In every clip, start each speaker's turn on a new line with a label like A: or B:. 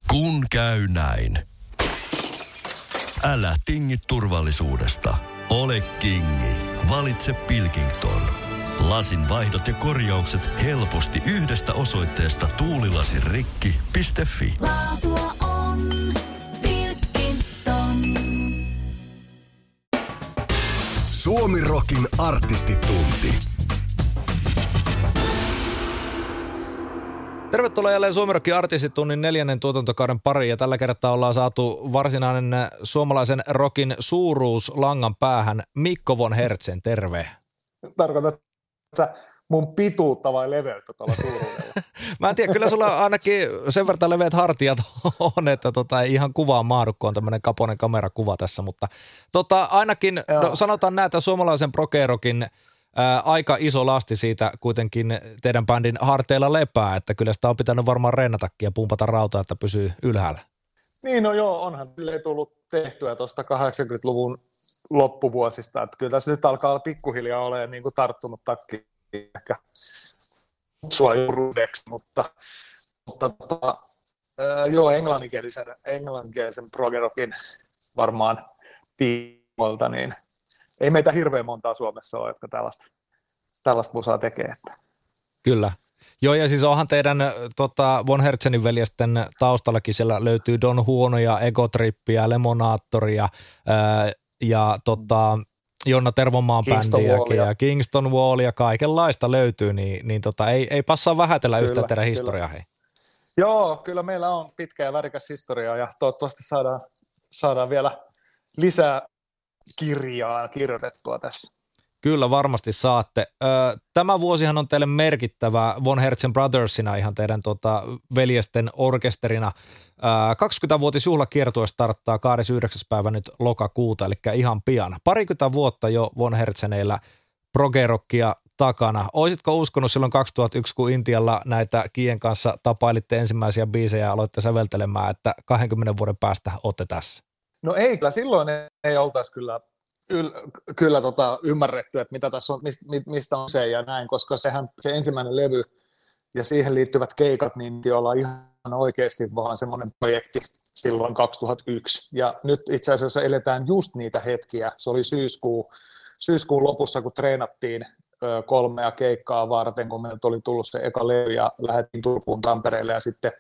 A: Kun käy näin. Älä tingi turvallisuudesta. Ole kingi. Valitse Pilkington. Lasin vaihdot ja korjaukset helposti yhdestä osoitteesta tuulilasirikki.fi.
B: Laatua on Pilkington.
C: Suomi-rokin artistitunti.
D: Tervetuloa jälleen Suomi-rokin artistitunnin 4. tuotantokauden pariin ja tällä kertaa ollaan saatu varsinainen suomalaisen rokin suuruus langan päähän. Mikko von Hertzen, terve.
E: Tarkoitatko sä mun pituutta vai leveyttä tuolla suuruudella?
D: Mä en tiedä, kyllä sulla ainakin sen verran leveät hartiat on, että ei ihan kuvaan mahdu, kun on tämmöinen kaponen kamerakuva tässä, mutta ainakin sanotaan näin, että suomalaisen progerokin aika iso lasti siitä kuitenkin teidän bändin harteilla lepää, että kyllä sitä on pitänyt varmaan rennatakin ja pumpata rautaa, että pysyy ylhäällä.
E: Niin, no joo, onhan silleen tullut tehtyä tuosta 80-luvun loppuvuosista, että kyllä tässä nyt alkaa pikkuhiljaa olemaan niin kuin tarttunut takki ehkä kutsua jurudeksi, mutta joo, englanninkielisen progerokin varmaan tiimoilta, niin ei meitä hirveän montaa Suomessa ole, jotka tällaista musaa tekee.
D: Kyllä. Joo, ja siis onhan teidän Von Hertzenin veljesten taustallakin, siellä löytyy Don Huonoja, Egotrippiä, Lemonaattoria ja Jonna Tervomaan bändiäkin ja Kingston Wallia, kaikenlaista löytyy, niin ei passaa vähätellä yhtään teidän historiaa. Hei.
E: Joo, kyllä meillä on pitkä ja värikäs historia ja toivottavasti saadaan vielä lisää kirjaa kirjoitettua tässä. Kyllä
D: varmasti saatte. Tämä vuosihan on teille merkittävä Von Hertzen Brothersina, ihan teidän veljesten orkesterina. 20-vuotisjuhlakiertue starttaa 29. päivä nyt lokakuuta, eli ihan pian. 20 vuotta jo Von Hertzeneillä progerockia takana. Oisitko uskonut silloin 2001, kun Intialla näitä Kien kanssa tapailitte ensimmäisiä biisejä ja aloitte säveltelemään, että 20 vuoden päästä olette tässä?
E: No ei, kyllä silloin ei oltaisi kyllä ymmärretty, että mitä tässä on, mistä on se ja näin, koska se ensimmäinen levy ja siihen liittyvät keikat, niin olla ihan oikeasti vaan semmoinen projekti silloin 2001. Ja nyt itse asiassa eletään just niitä hetkiä. Se oli syyskuun lopussa, kun treenattiin 3 keikkaa varten, kun meiltä oli tullut se eka levy ja lähdettiin Turkuun Tampereelle ja sitten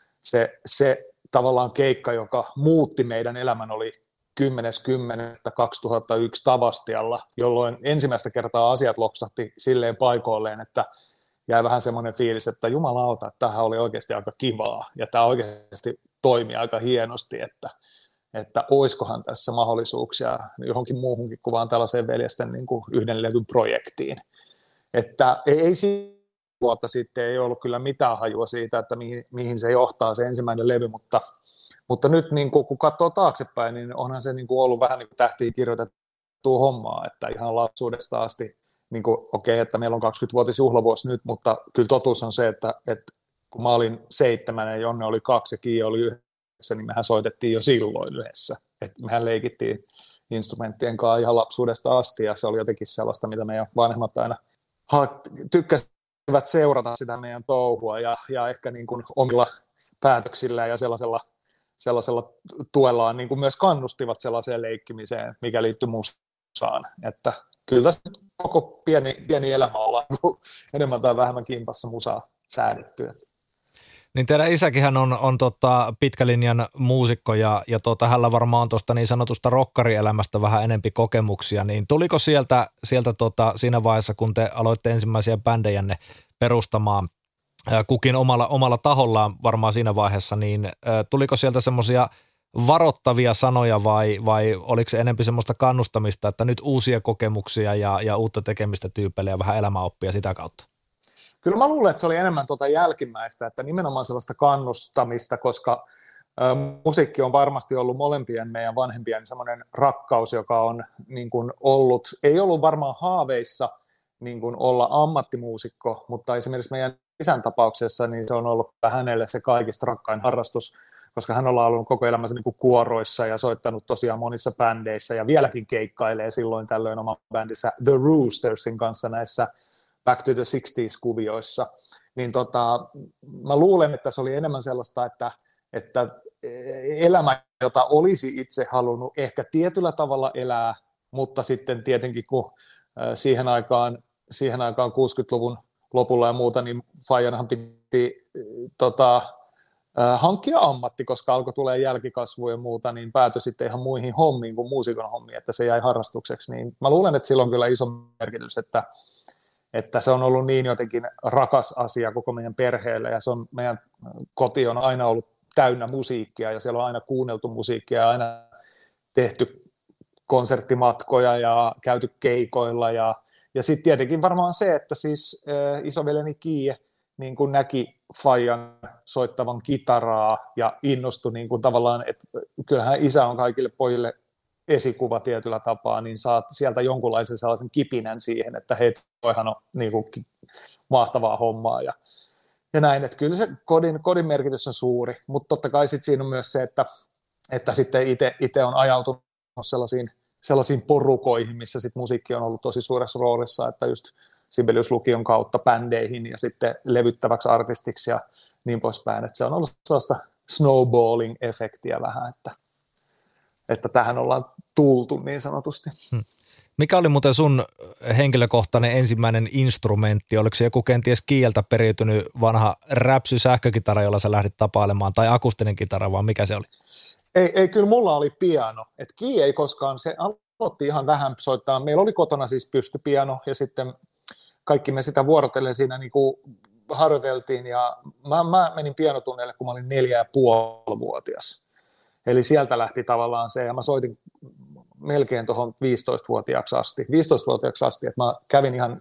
E: se tavallaan keikka, joka muutti meidän elämän, oli 10.10.2001 Tavastialla, jolloin ensimmäistä kertaa asiat loksahti silleen paikoilleen, että jäi vähän semmoinen fiilis, että jumalauta, että tämähän oli oikeasti aika kivaa ja tämä oikeasti toimi aika hienosti, että oiskohan tässä mahdollisuuksia johonkin muuhunkin kuin vaan tällaiseen veljesten niin kuin yhden levyn projektiin. Että ei vuotta sitten ei ollut kyllä mitään hajua siitä, että mihin se johtaa se ensimmäinen levy, mutta nyt niin kun katsoo taaksepäin, niin onhan se niin ollut vähän niin kuin tähtiin kirjoitettua hommaa, että ihan lapsuudesta asti, niin okei, että meillä on 20-vuotisjuhlavuosi nyt, mutta kyllä totuus on se, että kun mä olin 7 ja Jonne oli 2 ja Kiia oli 9, niin mehän soitettiin jo silloin yhdessä. Että mehän leikittiin instrumenttien kanssa ihan lapsuudesta asti ja se oli jotenkin sellaista, mitä meidän vanhemmat aina tykkäsivät seurata sitä meidän touhua ja ehkä niin kuin omilla päätöksillä ja sellaisella tuellaan niin kuin myös kannustivat sellaiseen leikkimiseen, mikä liittyy musaan. Että kyllä tässä koko pieni elämä ollaan enemmän tai vähemmän kimpassa musaa säädettyä.
D: Niin teidän isäkinhän on pitkälinjan muusikko ja hänellä varmaan on tuosta niin sanotusta rokkarielämästä vähän enempi kokemuksia, niin tuliko sieltä siinä vaiheessa, kun te aloitte ensimmäisiä bändejänne perustamaan kukin omalla tahollaan varmaan siinä vaiheessa, niin tuliko sieltä semmoisia varoittavia sanoja vai oliko se enemmän semmoista kannustamista, että nyt uusia kokemuksia ja uutta tekemistä tyypeille ja vähän elämäoppia sitä kautta?
E: Kyllä mä luulen, että se oli enemmän jälkimmäistä, että nimenomaan sellaista kannustamista, koska musiikki on varmasti ollut molempien meidän vanhempien semmoinen rakkaus, joka on niin kuin ollut, ei ollut varmaan haaveissa niin kuin olla ammattimuusikko, mutta esimerkiksi meidän isän tapauksessa niin se on ollut hänelle se kaikista rakkain harrastus, koska hän on ollut koko elämänsä niin kuin kuoroissa ja soittanut tosiaan monissa bändeissä ja vieläkin keikkailee silloin tällöin oman bändissä The Roostersin kanssa näissä Back to the 60s -kuvioissa, niin mä luulen, että se oli enemmän sellaista, että että elämä, jota olisi itse halunnut ehkä tietyllä tavalla elää, mutta sitten tietenkin kun siihen aikaan 60-luvun lopulla ja muuta, niin Fajanhan piti hankkia ammatti, koska alkoi tulee jälkikasvua ja muuta, niin päätyi sitten ihan muihin hommiin kuin muusikon hommiin, että se jäi harrastukseksi. Niin mä luulen, että sillä on kyllä iso merkitys, että se on ollut niin jotenkin rakas asia koko meidän perheelle, ja meidän koti on aina ollut täynnä musiikkia, ja siellä on aina kuunneltu musiikkia, ja aina tehty konserttimatkoja ja käyty keikoilla, ja sitten tietenkin varmaan se, että siis isoveljeni Kiie niin kuin näki Fajan soittavan kitaraa ja innostui niin kuin tavallaan, että kyllähän isä on kaikille pojille esikuva tietyllä tapaa, niin saat sieltä jonkunlaisen sellaisen kipinän siihen, että hei, toihan on niin kuin mahtavaa hommaa ja näin, että kyllä se kodin merkitys on suuri, mutta totta kai sitten siinä on myös se, että sitten itse on ajautunut sellaisiin porukoihin, missä sitten musiikki on ollut tosi suuressa roolissa, että just Sibelius-lukion kautta bändeihin ja sitten levyttäväksi artistiksi ja niin poispäin, että se on ollut sellaista snowballing-efektiä vähän, että tähän ollaan tultu niin sanotusti.
D: Mikä oli muuten sun henkilökohtainen ensimmäinen instrumentti? Oliko se joku kenties Kieltä periytynyt vanha räpsy sähkökitara, jolla sä lähdit tapailemaan, tai akustinen kitara, vaan mikä se oli?
E: Ei, kyllä mulla oli piano. Et Kie ei koskaan, se aloitti ihan vähän soittaa. Meillä oli kotona siis pystypiano, ja sitten kaikki me sitä vuorotellen siinä niin kuin harjoiteltiin, ja mä menin pianotunneille, kun mä olin 4,5-vuotias. Eli sieltä lähti tavallaan se, ja mä soitin melkein tuohon 15-vuotiaaksi asti, että mä kävin ihan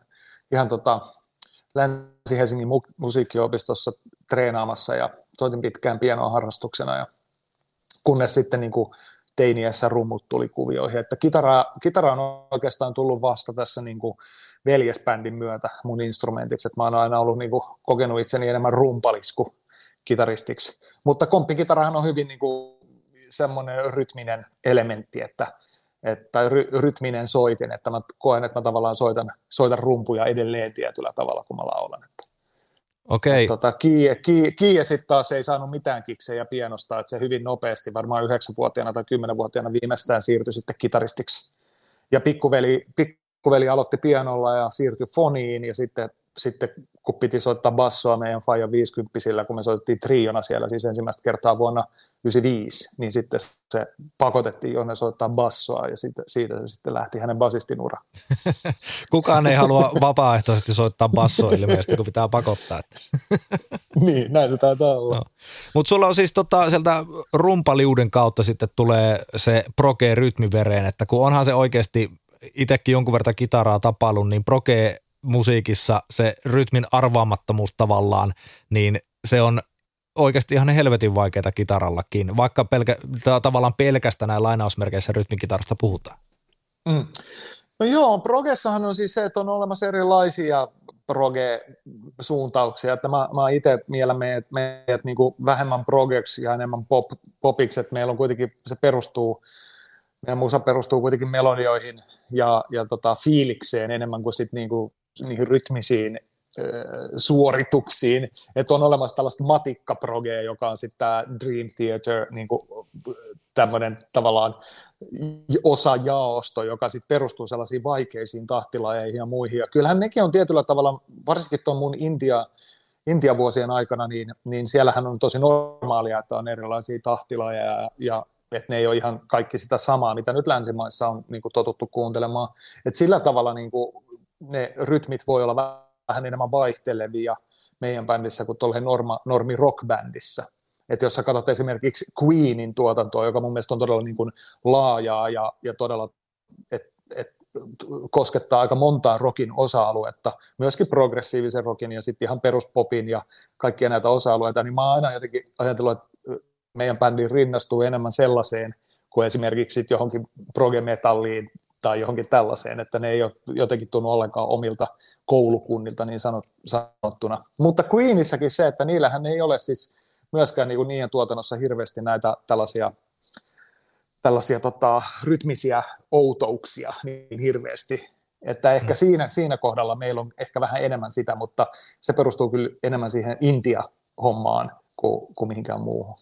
E: Länsi-Helsingin musiikkiopistossa treenaamassa, ja soitin pitkään pianoa harrastuksena, ja kunnes sitten niin kuin teiniässä rummut tuli kuvioihin, että kitara on oikeastaan tullut vasta tässä niin kuin veljesbändin myötä mun instrumentiksi, että mä oon aina ollut niin kuin kokenut itseni enemmän rumpaliksi kuin kitaristiksi, mutta komppikitarahan on hyvin niin kuin semmoinen rytminen elementti, että rytminen soitin, että mä koen, että mä tavallaan soitan rumpuja edelleen tietyllä tavalla, kun mä laulan.
D: Okei.
E: Kiie sitten taas ei saanut mitään kiksejä pianosta, että se hyvin nopeasti, varmaan 9-vuotiaana tai 10-vuotiaana viimeistään siirtyi sitten kitaristiksi. Ja pikkuveli aloitti pianolla ja siirtyi foniin, ja sitten kun piti soittaa bassoa meidän Fajan 50-sillä, kun me soitettiin triona siellä siis ensimmäistä kertaa vuonna 1995, niin sitten se pakotettiin Jonne soittaa bassoa, ja siitä se sitten lähti hänen basistin ura.
D: Kukaan ei halua vapaaehtoisesti soittaa bassoa ilmeisesti, kun pitää pakottaa.
E: Niin, näitä taitaa olla. No.
D: Mutta sulla on siis sieltä rumpaliuden kautta sitten tulee se proge-rytmi vereen, että kun onhan se oikeasti itsekin jonkun verran kitaraa tapaillut, niin musiikissa se rytmin arvaamattomuus tavallaan, niin se on oikeasti ihan helvetin vaikeaa kitarallakin, vaikka tavallaan pelkästään näin lainausmerkeissä rytmikitarasta puhutaan.
E: No joo, progessahan on siis se, että on olemassa erilaisia proge-suuntauksia, että mä itse mielen meidät niin kuin vähemmän progeksi ja enemmän popiksi, että meillä on kuitenkin, meidän musa perustuu kuitenkin melodioihin ja fiilikseen enemmän kuin sitten niihin rytmisiin suorituksiin, että on olemassa tällaista matikkaprogea, joka on sitten tämä Dream Theater, niin kuin tämmöinen tavallaan osajaosto, joka sitten perustuu sellaisiin vaikeisiin tahtilajeihin ja muihin, ja kyllähän nekin on tietyllä tavalla, varsinkin tuon mun Intia-vuosien aikana, niin siellähän on tosi normaalia, että on erilaisia tahtilajeja, ja että ne ei ole ihan kaikki sitä samaa, mitä nyt länsimaissa on niin kuin totuttu kuuntelemaan, että sillä tavalla niin kuin ne rytmit voi olla vähän enemmän vaihtelevia meidän bändissä kuin tuolla normi rockbändissä. Että jos sä katsot esimerkiksi Queenin tuotantoa, joka mun mielestä on todella niin kuin laajaa ja todella koskettaa aika montaa rockin osa-aluetta, myöskin progressiivisen rockin ja sitten ihan peruspopin ja kaikkia näitä osa-alueita, niin mä oon aina jotenkin ajatellut, että meidän bändin rinnastuu enemmän sellaiseen kuin esimerkiksi johonkin proge-metalliin tai johonkin tällaiseen, että ne ei ole jotenkin tunnu ollenkaan omilta koulukunnilta niin sanottuna. Mutta Queenissäkin se, että niillähän ei ole siis myöskään niin kuin niiden tuotannossa hirveästi näitä tällaisia rytmisiä outouksia niin hirveästi, että ehkä siinä kohdalla meillä on ehkä vähän enemmän sitä, mutta se perustuu kyllä enemmän siihen Intia-hommaan kuin mihinkään muuhun.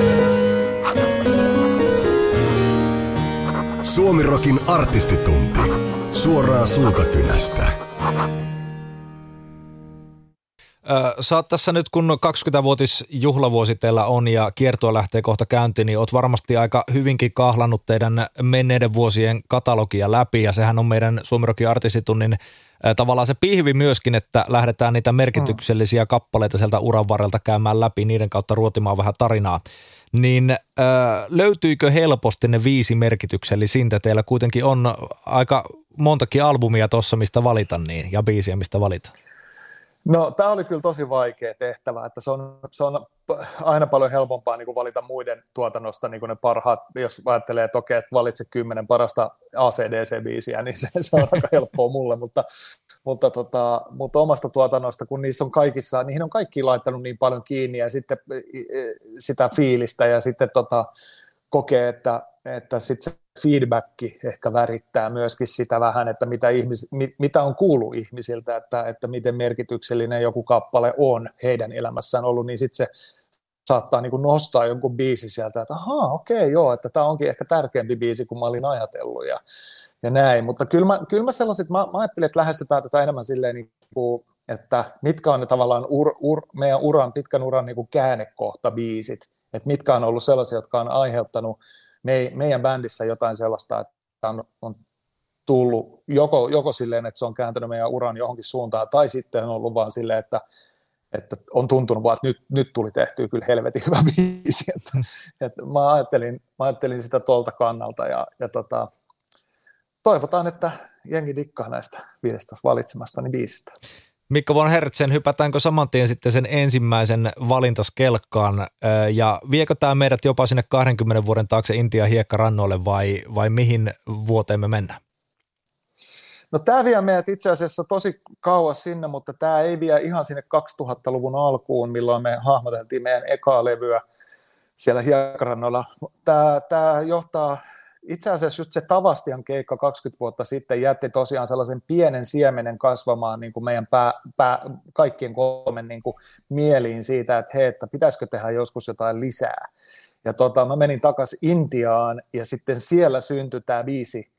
C: Suomirokin artistitunti. Suoraan Sulkakynästä.
D: Sä oot tässä nyt, kun 20-vuotisjuhlavuosi teillä on ja kiertue lähtee kohta käyntiin, niin oot varmasti aika hyvinkin kahlannut teidän menneiden vuosien katalogia läpi, ja sehän on meidän Suomirokin artistitunnin tavallaan se pihvi myöskin, että lähdetään niitä merkityksellisiä kappaleita sieltä uran varrelta käymään läpi, niiden kautta ruotimaan vähän tarinaa. Niin löytyykö helposti ne 5 merkityksellisintä? Teillä kuitenkin on aika montakin albumia tuossa, mistä valita niin, ja biisiä, mistä valita.
E: No, tämä oli kyllä tosi vaikea tehtävä, että se on aina paljon helpompaa niin kuin valita muiden tuotannosta niin kuin ne parhaat, jos ajattelee, että okei, että valitse 10 parasta AC/DC-biisiä, niin se on aika helppoa mulle, mutta omasta tuotannosta, kun niihin on kaikki laittanut niin paljon kiinni ja sitten sitä fiilistä ja sitten kokee, että sitten se feedbacki ehkä värittää myöskin sitä vähän, että mitä on kuullut ihmisiltä, että miten merkityksellinen joku kappale on heidän elämässään ollut, niin sitten se saattaa niin kuin nostaa jonkun biisi sieltä, että että tämä onkin ehkä tärkeämpi biisi kuin mä olin ajatellut ja näin, mutta kyllä mä sellaiset, mä ajattelin, että lähestytään tätä enemmän silleen, niin kuin, että mitkä on ne tavallaan meidän pitkän uran niin kuin käännekohta biisit, että mitkä on ollut sellaisia, jotka on aiheuttanut meidän bändissä jotain sellaista, että on tullut joko silleen, että se on kääntänyt meidän uran johonkin suuntaan, tai sitten on ollut vaan silleen, että on tuntunut vaan, että nyt tuli tehtyä kyllä helvetin hyvä biisi. Että mä ajattelin sitä tuolta kannalta, ja toivotaan, että jengi dikkaa näistä 5 valitsemastani biisistä.
D: Mikko von Hertzen, hypätäänkö saman tien sitten sen ensimmäisen valintaskelkkaan, ja viekö tämä meidät jopa sinne 20 vuoden taakse Intian hiekkarannoille vai mihin vuoteen me mennään?
E: No tämä vie meidät itse asiassa tosi kauas sinne, mutta tämä ei vie ihan sinne 2000-luvun alkuun, milloin me hahmoteltiin meidän ekaa levyä siellä hiekkarannoilla. Tämä johtaa itse asiassa just se Tavastian keikka 20 vuotta sitten jätti tosiaan sellaisen pienen siemenen kasvamaan niin kuin meidän kaikkien 3 niin kuin mieliin siitä, että hei, että pitäisikö tehdä joskus jotain lisää. Ja mä menin takaisin Intiaan ja sitten siellä syntyi tämä biisi,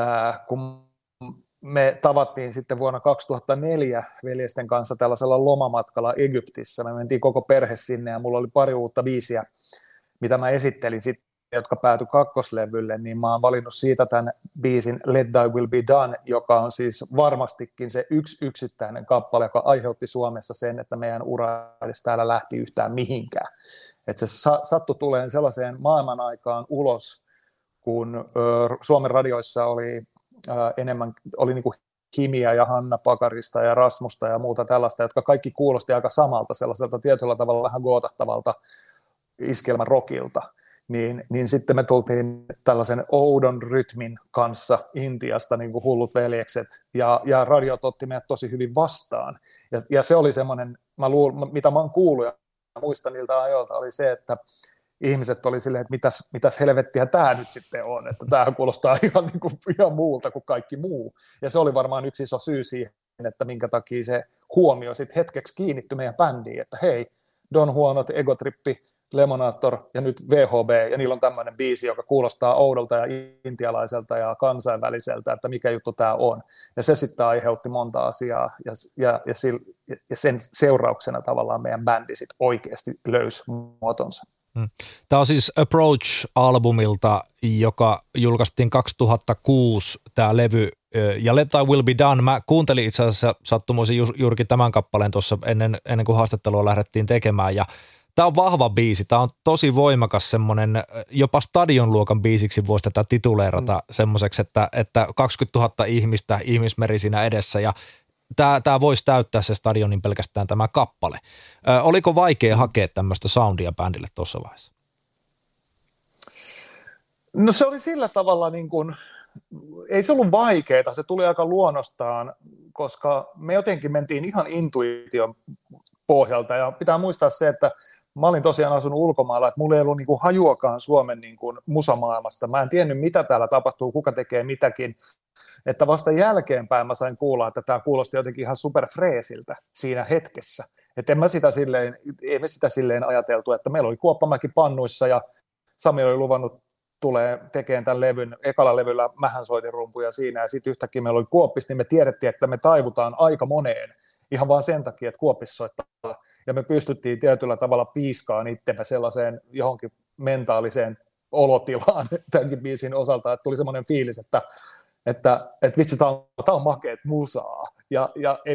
E: kun me tavattiin sitten vuonna 2004 veljesten kanssa tällaisella lomamatkalla Egyptissä. Me mentiin koko perhe sinne ja mulla oli pari uutta biisiä, mitä mä esittelin sitten, jotka päätyi kakkoslevylle, niin mä oon valinnut siitä tämän biisin Let Thy Will Be Done, joka on siis varmastikin se yksittäinen kappale, joka aiheutti Suomessa sen, että meidän ura edes täällä lähti yhtään mihinkään. Että se sattui tulemaan sellaiseen maailman aikaan ulos, kun Suomen radioissa oli niin kuin Himiä ja Hanna Pakarista ja Rasmusta ja muuta tällaista, jotka kaikki kuulosti aika samalta, sellaiselta tietyllä tavalla vähän gootattavalta iskelmän rockilta. Niin sitten me tultiin tällaisen oudon rytmin kanssa Intiasta, niin kuin hullut veljekset, ja radiot otti meidät tosi hyvin vastaan. Ja se oli semmoinen, mitä mä oon kuullut ja muistan niiltä ajoilta, oli se, että ihmiset oli silleen, että mitäs helvettiä tämä nyt sitten on, että tämähän kuulostaa ihan muulta kuin kaikki muu. Ja se oli varmaan yksi iso syy siihen, että minkä takia se huomio sitten hetkeksi kiinnittyi meidän bändiin, että hei, Don Juanot, Egotrippi, Lemonator ja nyt VHB, ja niillä on tämmöinen biisi, joka kuulostaa oudolta ja intialaiselta ja kansainväliseltä, että mikä juttu tämä on. Ja se sitten aiheutti monta asiaa, ja sen seurauksena tavallaan meidän bändi sitten oikeasti löysi muotonsa.
D: Tämä on siis Approach-albumilta, joka julkaistiin 2006, tämä levy, ja Let Thy Will Be Done. Mä kuuntelin itse asiassa sattumoisin juurikin tämän kappaleen tuossa ennen kuin haastattelua lähdettiin tekemään, ja tämä on vahva biisi, tämä on tosi voimakas semmoinen, jopa stadionluokan biisiksi voisi tätä tituleerata semmoiseksi, että 20 000 ihmismeri siinä edessä, ja tämä voisi täyttää se stadionin pelkästään tämä kappale. Oliko vaikea hakea tämmöistä soundia bändille tuossa vaiheessa?
E: No se oli sillä tavalla, niin kuin, ei se ollut vaikeaa, se tuli aika luonnostaan, koska me jotenkin mentiin ihan intuition pohjalta. Ja pitää muistaa se, että mä olin tosiaan asunut ulkomailla, että mulla ei ollut niin kuin hajuakaan Suomen niin kuin musamaailmasta. Mä en tiennyt, mitä täällä tapahtuu, kuka tekee mitäkin. Että vasta jälkeenpäin mä sain kuulla, että tämä kuulosti jotenkin ihan superfreesiltä siinä hetkessä. Että ei me sitä silleen ajateltu, että meillä oli Kuoppamäki pannuissa ja Sami oli luvannut tulee tekemään tämän levyn. Ekalla levyllä mähän soitin rumpuja siinä ja sitten yhtäkkiä meillä oli Kuoppis, niin me tiedettiin, että me taivutaan aika moneen ihan vaan sen takia, että Kuoppis soittaa. Ja me pystyttiin tietyllä tavalla piiskaan itsemme sellaiseen johonkin mentaaliseen olotilaan tämänkin biisin osalta, että tuli semmoinen fiilis, että vitsi, tämä on makeet musaa. Ja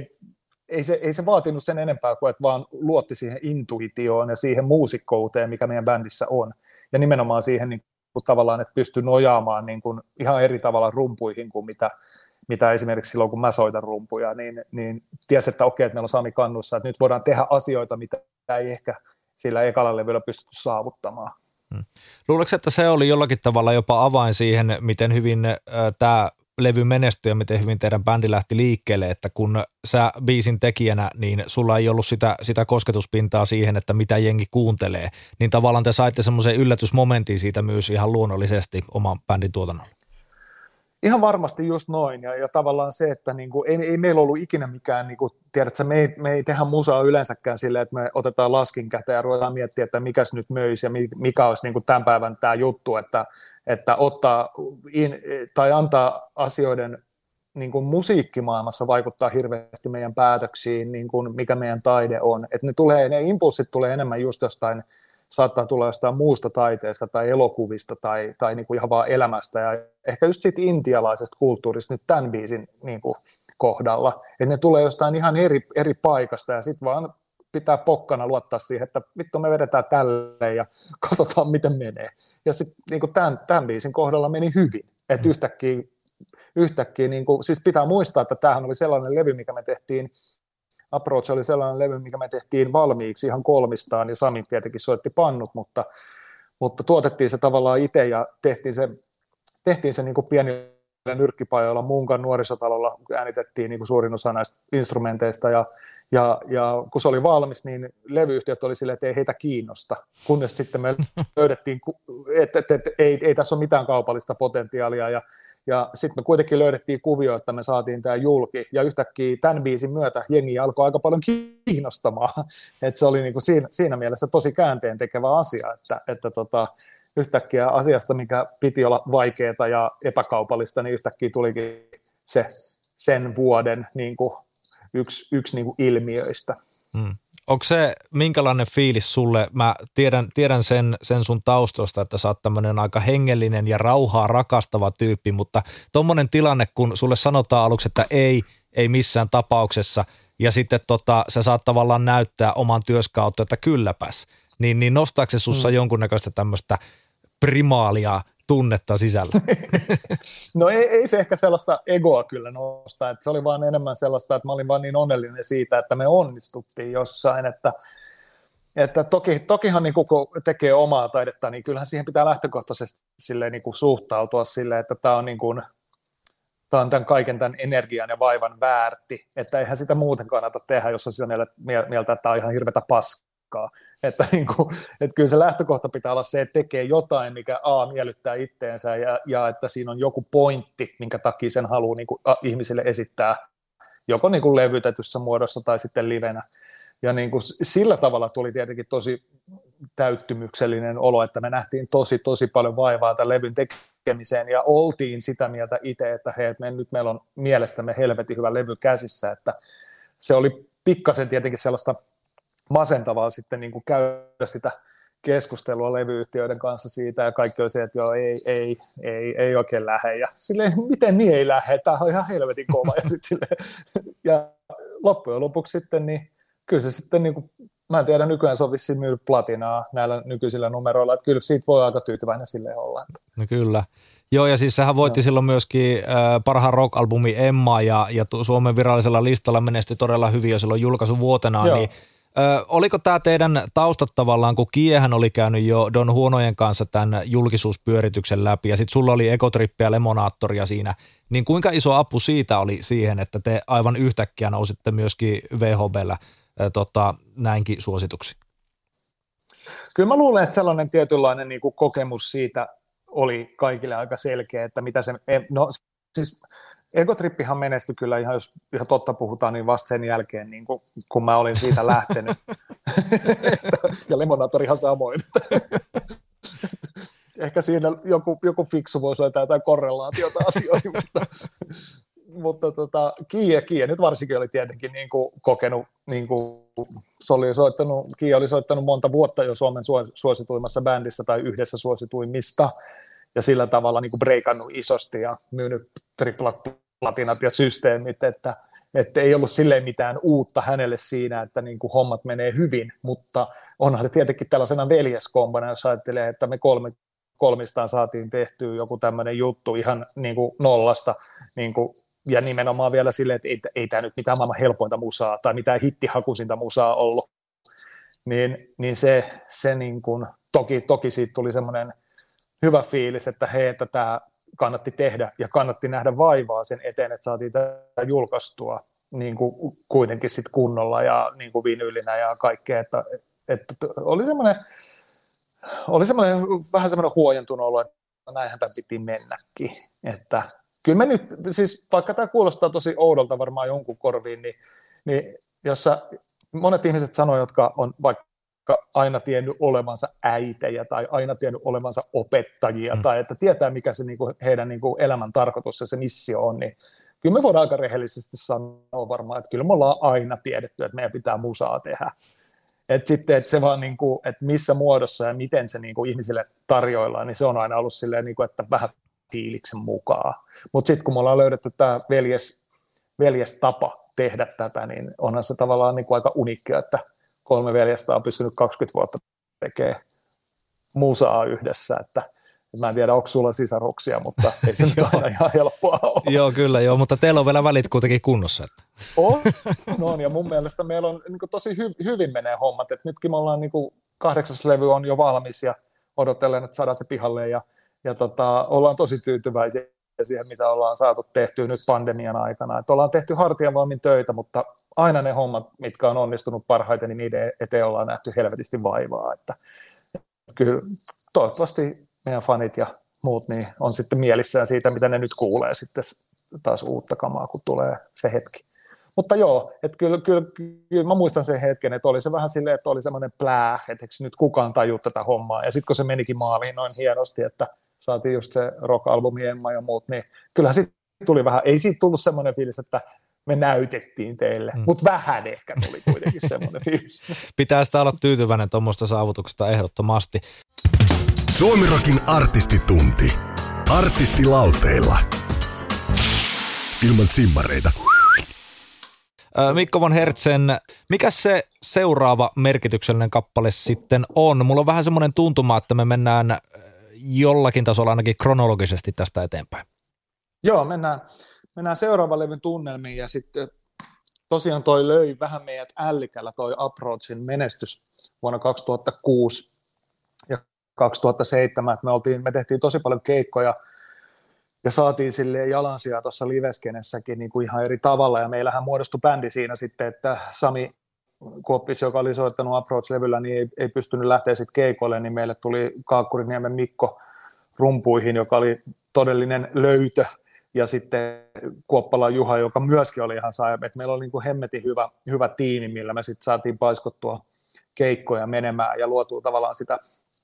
E: ei se vaatinut sen enempää kuin, että vaan luotti siihen intuitioon ja siihen muusikkouteen, mikä meidän bändissä on. Ja nimenomaan siihen niin kuin tavallaan, että pystyy nojaamaan niin kuin ihan eri tavalla rumpuihin kuin mitä esimerkiksi silloin, kun mä soitan rumpuja, niin tiesi, että okei, että meillä on Sami kannussa, että nyt voidaan tehdä asioita, mitä ei ehkä sillä ekalla levyllä pystytty saavuttamaan.
D: Luuletko, että se oli jollakin tavalla jopa avain siihen, miten hyvin tämä levy menestyi ja miten hyvin teidän bändi lähti liikkeelle, että kun sä biisin tekijänä, niin sulla ei ollut sitä kosketuspintaa siihen, että mitä jengi kuuntelee, niin tavallaan te saitte semmoisen yllätysmomentin siitä myös ihan luonnollisesti oman bändin tuotannolla.
E: Ihan varmasti just noin, ja tavallaan se, että niinku, ei meillä ollut ikinä mikään, niinku, tiedätkö, me ei tehdä musaa yleensäkään silleen, että me otetaan laskin käteen ja ruvetaan miettiä, että mikäs nyt möisi ja mikä olisi niinku tämän päivän tämä juttu, että ottaa tai antaa asioiden niinku, musiikkimaailmassa vaikuttaa hirveästi meidän päätöksiin, niinku, mikä meidän taide on. Että ne impulssit tulee enemmän just jostain, saattaa tulla jostain muusta taiteesta tai elokuvista tai niin kuin ihan vaan elämästä ja ehkä just siitä intialaisesta kulttuurista nyt tämän biisin niin kuin kohdalla, että ne tulee jostain ihan eri paikasta ja sitten vaan pitää pokkana luottaa siihen, että vittu me vedetään tälleen ja katsotaan miten menee. Ja sitten niin kuin tämän biisin kohdalla meni hyvin, että yhtäkkiä niin kuin, siis pitää muistaa, että tämähän oli sellainen levy, mikä me tehtiin. Approach oli sellainen levy, mikä me tehtiin valmiiksi ihan kolmistaan, ja Sami tietenkin soitti pannut, mutta tuotettiin se tavallaan itse, ja tehtiin se niin kuin pienillä nyrkkipajoilla Munkan nuorisotalolla, äänitettiin niin kuin suurin osa näistä instrumenteista, ja kun se oli valmis, niin levyyhtiöt oli silleen, että ei heitä kiinnosta, kunnes sitten me löydettiin, että ei tässä ole mitään kaupallista potentiaalia, ja sitten me kuitenkin löydettiin kuvio, että me saatiin tämä julki, ja yhtäkkiä tämän biisin myötä jengi alkoi aika paljon kiinnostamaan, että se oli niin kuin siinä mielessä tosi käänteen tekevä asia, että yhtäkkiä asiasta, mikä piti olla vaikeaa ja epäkaupallista, niin yhtäkkiä tulikin sen vuoden niin kuin yksi niin kuin ilmiöistä.
D: Onko se minkälainen fiilis sulle? Mä tiedän sen sun taustosta, että sä oot tämmöinen aika hengellinen ja rauhaa rakastava tyyppi, mutta tommonen tilanne, kun sulle sanotaan aluksi, että ei missään tapauksessa, ja sitten sä saat tavallaan näyttää oman työs kautta, että kylläpäs, niin nostaako se sussa jonkunnäköistä tämmöistä primaalia tunnetta sisällä?
E: No ei se ehkä sellaista egoa kyllä nostaa, että se oli vaan enemmän sellaista, että mä olin vaan niin onnellinen siitä, että me onnistuttiin jossain, että tokihan niin kun tekee omaa taidetta, niin kyllähän siihen pitää lähtökohtaisesti silleen niin kuin suhtautua silleen, että tämä on niin kuin, tämä on tämän kaiken tämän energian ja vaivan väärti, että eihän sitä muuten kannata tehdä, jos on sitä mieltä, että tämä on ihan hirveätä paskaa. Että kyllä se lähtökohta pitää olla se, että tekee jotain, mikä miellyttää itteensä ja että siinä on joku pointti, minkä takia sen haluaa niin kuin ihmisille esittää joko niin kuin levytetyssä muodossa tai sitten livenä. Ja niin kuin sillä tavalla tuli tietenkin tosi täyttymyksellinen olo, että me nähtiin tosi paljon vaivaa tämän levyn tekemiseen ja oltiin sitä mieltä itse, että hei, nyt meillä on mielestämme helvetin hyvä levy käsissä, että se oli pikkasen tietenkin sellaista masentavaa sitten niin kuin käydä sitä keskustelua levyyhtiöiden kanssa siitä, ja kaikki oli se, että joo, ei oikein lähde, ja silleen, miten niin ei lähde, tämä on ihan helvetin kova, ja loppujen lopuksi sitten, niin kyllä se sitten, niin kuin, mä en tiedä, nykyään se on vissiin myynyt platinaa näillä nykyisillä numeroilla, että kyllä siitä voi aika tyytyväinen silleen olla. No
D: kyllä. Joo, ja siis sehän voitti silloin myöskin parhaan rock-albumi Emma, ja Suomen virallisella listalla menestyi todella hyvin jo silloin julkaisuvuotenaan, niin oliko tämä teidän taustat tavallaan, kun Kiehän oli käynyt jo Don Huonojen kanssa tämän julkisuuspyörityksen läpi, ja sitten sulla oli Ekotrippi ja Lemonaattoria siinä, niin kuinka iso apu siitä oli siihen, että te aivan yhtäkkiä nousitte myöskin VHB:llä näinkin suosituksi?
E: Kyllä mä luulen, että sellainen tietynlainen niin kuin kokemus siitä oli kaikille aika selkeä, että mitä se, no siis Egotrippihan menestyi kyllä ihan, jos ihan totta puhutaan, niin vasta sen jälkeen, niin kun mä olin siitä lähtenyt. Ja Lemonatorihan samoin. Ehkä siinä joku fiksu voisi löytää jotain korrelaatiota asioihin, mutta Kiia nyt varsinkin oli tietenkin niin kuin kokenut, niin kuin Kiia oli soittanut monta vuotta jo Suomen suosituimmassa bändissä tai yhdessä suosituimmista, ja sillä tavalla niin kuin breikannut isosti ja myynyt triplatinat ja systeemit, että ei ollut silleen mitään uutta hänelle siinä, että niin kuin hommat menee hyvin, mutta onhan se tietenkin tällaisena veljeskombana, jos ajattelee, että me kolmistaan saatiin tehtyä joku tämmöinen juttu ihan niin kuin nollasta, niin kuin, ja nimenomaan vielä silleen, että ei tämä nyt mitään maailman helpointa musaa tai mitään hittihakuisinta musaa ollut, niin se niin kuin, toki siitä tuli semmoinen hyvä fiilis, että hei, että tämä kannatti tehdä ja kannatti nähdä vaivaa sen eteen, että saatiin tämä julkaistua niin kuin kuitenkin sit kunnolla ja niin kuin vinyylinä ja kaikkea, että oli semmoinen vähän semmoinen huojentunut olo, että näinhän tämän piti mennäkin, että kyllä me nyt, siis vaikka tämä kuulostaa tosi oudolta varmaan jonkun korviin, niin jossa monet ihmiset sanoo, jotka on vaikka aina tiennyt olevansa äitejä tai aina tiennyt olevansa opettajia tai että tietää, mikä se niinku heidän niinku elämän tarkoitus ja se missio on, niin kyllä me voidaan aika rehellisesti sanoa varmaan, että kyllä me ollaan aina tiedetty, että meidän pitää musaa tehdä. Että sitten, että se vaan niinku, että missä muodossa ja miten se niinku ihmisille tarjoillaan, niin se on aina ollut silleen, niinku, että vähän fiiliksen mukaan. Mutta sitten kun me ollaan löydetty tämä veljestapa tehdä tätä, niin onhan se tavallaan niinku aika uniikkia, että 3 veljestä on pystynyt 20 vuotta tekemään musaa yhdessä, että mä en tiedä, onko sulla sisaruksia, mutta ei se nyt aina ihan helppoa ole.
D: Joo, kyllä joo, mutta teillä on vielä välit kuitenkin kunnossa. Että.
E: On, ja mun mielestä meillä on niin kuin, tosi hyvin menee hommat, että nytkin me ollaan niin kuin, 8. levy on jo valmis ja odotellen, että saadaan se pihalle ja ollaan tosi tyytyväisiä siihen, mitä ollaan saatu tehtyä nyt pandemian aikana. Että ollaan tehty hartiavoimin töitä, mutta aina ne hommat, mitkä on onnistunut parhaiten, niin niiden eteen ollaan nähty helvetisti vaivaa. Että kyllä toivottavasti meidän fanit ja muut niin on sitten mielissään siitä, mitä ne nyt kuulee sitten taas uutta kamaa, kun tulee se hetki. Mutta joo, että kyllä mä muistan sen hetken, että oli se vähän silleen, että oli semmoinen plää, että eikö nyt kukaan tajua tätä hommaa. Ja sitten kun se menikin maaliin noin hienosti, että saatiin just se rock-albumi Emma ja muut, niin kyllähän sitten tuli vähän, ei siitä tullut semmoinen fiilis, että me näytettiin teille, mutta vähän ehkä tuli kuitenkin semmoinen fiilis.
D: Pitää sitä olla tyytyväinen tuommoista saavutuksesta ehdottomasti.
C: Suomirokin artistitunti. Artistilauteilla. Ilman simmareita.
D: Mikko von Hertzen, mikä se seuraava merkityksellinen kappale sitten on? Mulla on vähän semmoinen tuntuma, että me mennään jollakin tasolla ainakin kronologisesti tästä eteenpäin.
E: Joo, mennään seuraavan levyn tunnelmiin ja sitten tosiaan toi löi vähän meidät ällikällä toi Approachin menestys vuonna 2006 ja 2007, että me tehtiin tosi paljon keikkoja ja saatiin silleen jalansijaa tuossa liveskenessäkin niin kuin ihan eri tavalla ja meillähän muodostui bändi siinä sitten, että Sami Kuoppis, joka oli soittanut Approach-levyllä, niin ei pystynyt lähteä sitten keikoille, niin meille tuli Kaakkuriniemen Mikko rumpuihin, joka oli todellinen löytö, ja sitten Kuoppala Juha, joka myöskin oli ihan että meillä oli niin kuin hemmetin hyvä tiimi, millä me sitten saatiin paiskottua keikkoja menemään ja luotua tavallaan sitä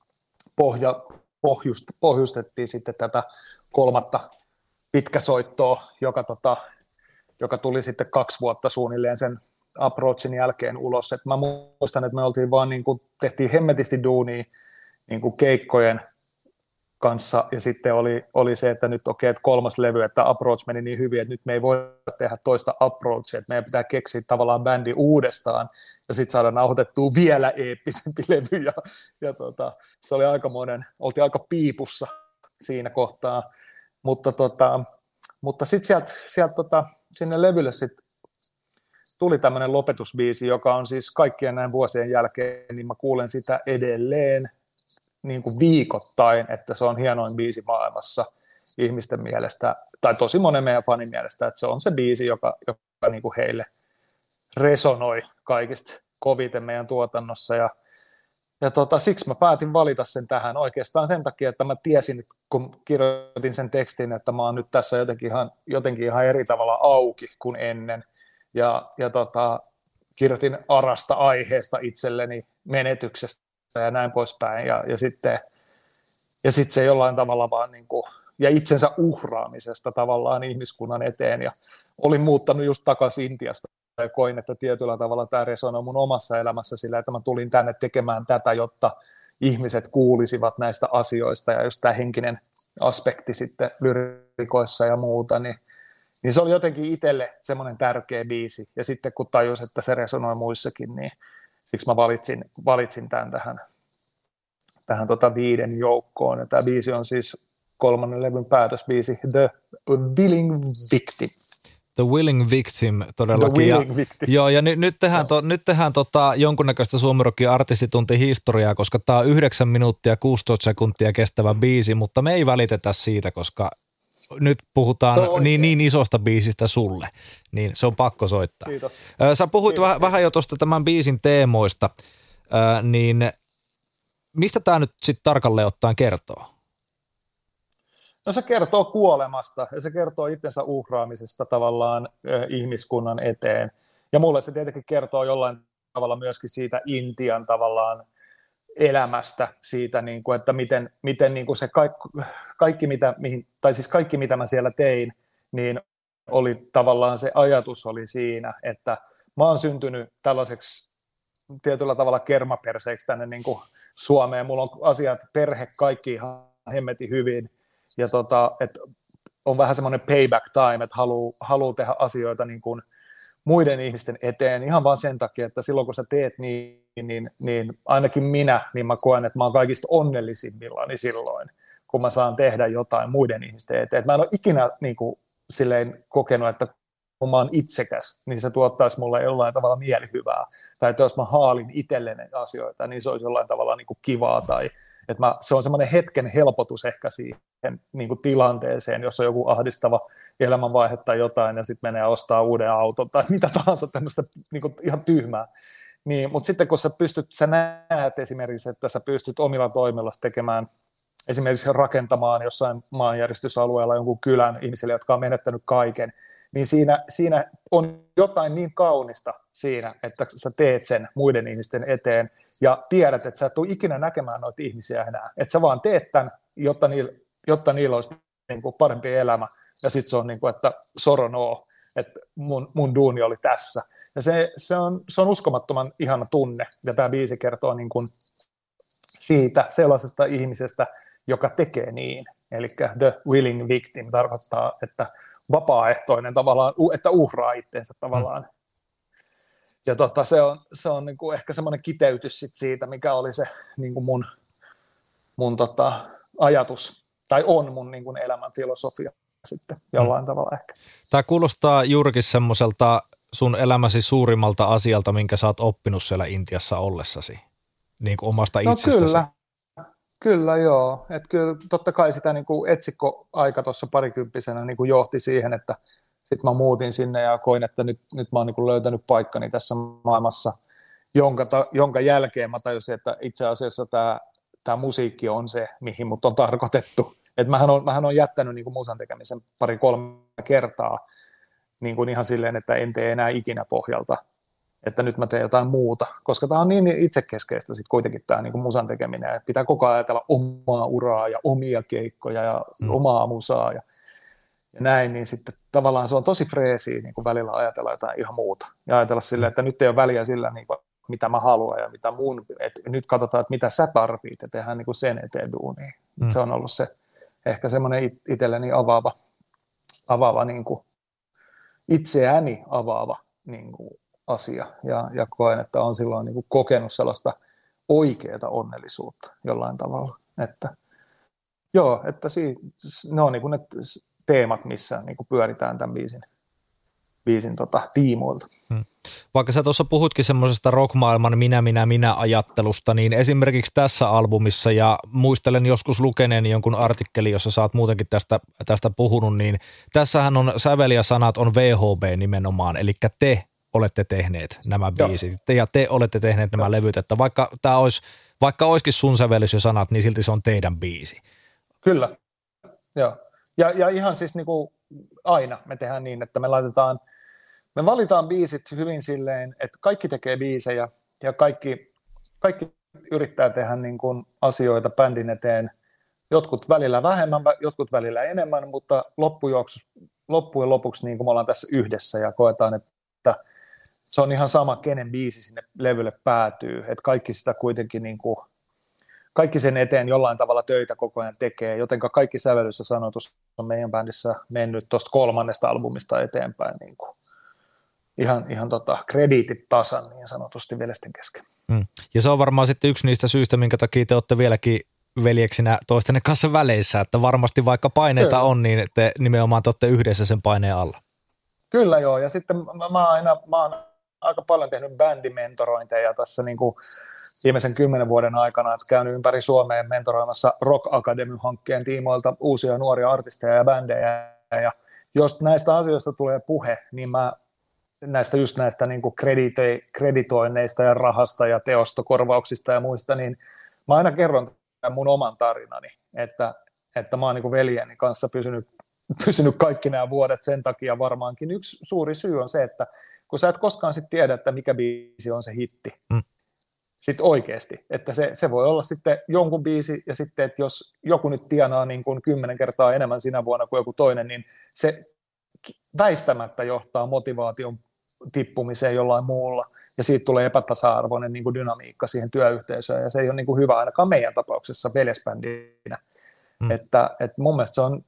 E: pohjustettiin sitten tätä 3. pitkäsoittoa, joka tuli sitten 2 vuotta suunnilleen sen Approachin jälkeen ulos. Et mä muistan, että me oltiin vaan tehtiin hemmetisti duunia niin kuin keikkojen kanssa, ja sitten oli se, että nyt okei, että 3. levy, että Approach meni niin hyvin, että nyt me ei voi tehdä toista Approachia, että meidän pitää keksiä tavallaan bändi uudestaan, ja sitten saada nauhoitettua vielä eeppisempi levy, ja se oli oltiin aika piipussa siinä kohtaa, mutta sitten sieltä sinne levylle sitten tuli tämmöinen lopetusbiisi, joka on siis kaikkien näin vuosien jälkeen, niin mä kuulen sitä edelleen niin kuin viikoittain, että se on hienoin biisi maailmassa ihmisten mielestä, tai tosi monen meidän fanin mielestä, että se on se biisi, joka niin kuin heille resonoi kaikista koviten meidän tuotannossa ja siksi mä päätin valita sen tähän oikeastaan sen takia, että mä tiesin, kun kirjoitin sen tekstin, että mä oon nyt tässä jotenkin ihan eri tavalla auki kuin ennen ja kirjoitin arasta aiheesta itselleni, menetyksestä ja näin poispäin ja sitten se jollain tavalla vaan niin kuin, ja itsensä uhraamisesta tavallaan ihmiskunnan eteen ja olin muuttanut just takaisin Intiasta ja koin, että tietyllä tavalla tämä resonoi mun omassa elämässä sillä, että mä tulin tänne tekemään tätä, jotta ihmiset kuulisivat näistä asioista ja just tämä henkinen aspekti sitten lyrikoissa ja muuta, niin se oli jotenkin itselle semmoinen tärkeä biisi ja sitten kun tajus, että se resonoi muissakin, niin siksi mä valitsin tämän tähän 5 joukkoon ja tämä biisi on siis 3. levyn päätösbiisi The Willing Victim.
D: The Willing Victim todellakin.
E: The Willing Victim.
D: Joo, ja nyt tehdään jonkunnäköistä Suomi-Rockin artistituntihistoriaa, koska tämä on 9 minuuttia 16 sekuntia kestävä biisi, mutta me ei välitetä siitä, koska nyt puhutaan niin isosta biisistä sulle, niin se on pakko soittaa.
E: Kiitos.
D: Sä puhuit vähän jo tuosta tämän biisin teemoista, niin mistä tämä nyt sitten tarkalleen ottaen kertoo?
E: No se kertoo kuolemasta ja se kertoo itsensä uhraamisesta tavallaan ihmiskunnan eteen. Ja mulle se tietenkin kertoo jollain tavalla myöskin siitä Intian tavallaan elämästä, siitä, niin kuin, että miten niin kuin se kaikki, mitä mä siellä tein, niin oli tavallaan se ajatus oli siinä, että mä oon syntynyt tällaiseksi tietyllä tavalla kermaperseeksi tänne niin kuin Suomeen. Mulla on asiat, perhe, kaikki ihan hemmetin hyvin. Ja että on vähän semmoinen payback time, että haluaa tehdä asioita niin kuin muiden ihmisten eteen ihan vaan sen takia, että silloin kun sä teet niin ainakin niin mä koen, että mä oon kaikista onnellisimmillani silloin, kun mä saan tehdä jotain muiden ihmisten eteen. Mä en ole ikinä niin kuin, silleen kokenut, että kun mä oon itsekäs, niin se tuottaisi mulle jollain tavalla mielihyvää. Tai että jos mä haalin itselleni asioita, niin se olisi jollain tavalla niin kuin kivaa. Tai että se on semmoinen hetken helpotus ehkä siihen niin kuin tilanteeseen, jos on joku ahdistava elämänvaihe tai jotain, ja sitten menee ostaa uuden auton tai mitä tahansa tämmöistä niin kuin ihan tyhmää. Niin, mutta sitten kun sä näet esimerkiksi, että sä pystyt omilla toimilla tekemään, esimerkiksi rakentamaan jossain maanjäristysalueella jonkun kylän ihmisille, jotka on menettänyt kaiken, niin siinä on jotain niin kaunista siinä, että sä teet sen muiden ihmisten eteen ja tiedät, että sä et tule ikinä näkemään noita ihmisiä enää. Että sä vaan teet tämän, jotta niillä olisi niin kuin parempi elämä. Ja sitten se on niin kuin, että soronoo, että mun duuni oli tässä. Ja se on uskomattoman ihana tunne. Ja tämä biisi kertoo niin kuin siitä sellaisesta ihmisestä, joka tekee niin. Eli the willing victim tarkoittaa, että vapaaehtoinen tavallaan, että uhraa itseensä tavallaan. Ja se on niin kuin ehkä semmoinen kiteytys siitä, mikä oli se niin kuin mun ajatus, tai on mun niin kuin elämän filosofia sitten jollain tavalla ehkä.
D: Tämä kuulostaa juurikin semmoiselta sun elämäsi suurimmalta asialta, minkä sä oot oppinut siellä Intiassa ollessasi, niin kuin omasta itsestäsi.
E: Kyllä joo. Että kyllä totta kai sitä niin kuin etsikkoaika tuossa parikymppisenä niin kuin johti siihen, että sitten mä muutin sinne ja koin, että nyt mä oon niin kuin löytänyt paikkani tässä maailmassa, jonka jälkeen mä tajusin, että itse asiassa tämä musiikki on se, mihin mut on tarkoitettu. Et mähän on jättänyt niin kuin musan tekemisen 2-3 kertaa niin kuin ihan silleen, että en tee enää ikinä pohjalta, että nyt mä teen jotain muuta, koska tämä on niin itsekeskeistä sitten kuitenkin tämä niin kuin musan tekeminen, että pitää koko ajan ajatella omaa uraa ja omia keikkoja ja omaa musaa ja näin, niin sitten tavallaan se on tosi freesiä niin kuin välillä ajatella jotain ihan muuta ja ajatella silleen, että nyt ei ole väliä sillä, niin kuin, mitä mä haluan ja mitä että nyt katsotaan, että mitä sä tarvit ja tehdään niin kuin sen eteen duunia. Se on ollut se ehkä semmoinen itselleni avaava niin kuin itseäni avaava niin kuin asia ja koen, että on silloin niin kuin kokenut sellaista oikeaa onnellisuutta jollain tavalla. Että, joo, että ne on niin kuin ne teemat, missä niin kuin pyöritään tämän biisin tiimoilta.
D: Vaikka sä tuossa puhutkin semmoisesta rockmaailman minä-ajattelusta, niin esimerkiksi tässä albumissa, ja muistelen joskus lukeneeni jonkun artikkeli, jossa sä oot muutenkin tästä puhunut, niin tässähän on sävel ja sanat on VHB nimenomaan, eli te olette tehneet nämä biisit ja te olette tehneet nämä levyt, että vaikka olisikin sun sävellys ja sanat, niin silti se on teidän biisi.
E: Kyllä, joo. Ja ihan siis niin kuin aina me tehdään niin, että me valitaan biisit hyvin silleen, että kaikki tekee biisejä ja kaikki yrittää tehdä niin kuin asioita bändin eteen. Jotkut välillä vähemmän, jotkut välillä enemmän, mutta loppujen lopuksi niin kuin me ollaan tässä yhdessä ja koetaan, että se on ihan sama, kenen biisi sinne levylle päätyy. Että kaikki sitä kuitenkin, niin kuin, kaikki sen eteen jollain tavalla töitä koko ajan tekee, joten kaikki sävellys ja sanotus on meidän bändissä mennyt tuosta 3. albumista eteenpäin. Niin kuin ihan krediitit tasan niin sanotusti veljesten kesken.
D: Ja se on varmaan sitten yksi niistä syistä, minkä takia te olette vieläkin veljeksinä toistenne kanssa väleissä, että varmasti vaikka paineita on, niin te nimenomaan te olette yhdessä sen paineen alla.
E: Kyllä joo, ja sitten mä oon aika paljon tehnyt bändimentorointeja tässä niin kuin viimeisen 10 vuoden aikana, että käynyt ympäri Suomea mentoroimassa Rock Academy-hankkeen tiimoilta uusia nuoria artisteja ja bändejä, ja jos näistä asioista tulee puhe, niin mä näistä niin kuin kreditoinneista ja rahasta ja teostokorvauksista ja muista, niin mä aina kerron mun oman tarinani, että mä oon niin kuin veljeni kanssa pysynyt kaikki nämä vuodet sen takia varmaankin. Yksi suuri syy on se, että kun sä et koskaan sit tiedä, että mikä biisi on se hitti, sitten oikeasti, että se voi olla sitten jonkun biisi ja sitten, että jos joku nyt tienaa niin kuin 10 kertaa enemmän sinä vuonna kuin joku toinen, niin se väistämättä johtaa motivaation tippumiseen jollain muulla, ja siitä tulee epätasa-arvoinen niin kuin dynamiikka siihen työyhteisöön, ja se ei ole niin kuin hyvä ainakaan meidän tapauksessa veljesbändinä. Että mun mielestä se on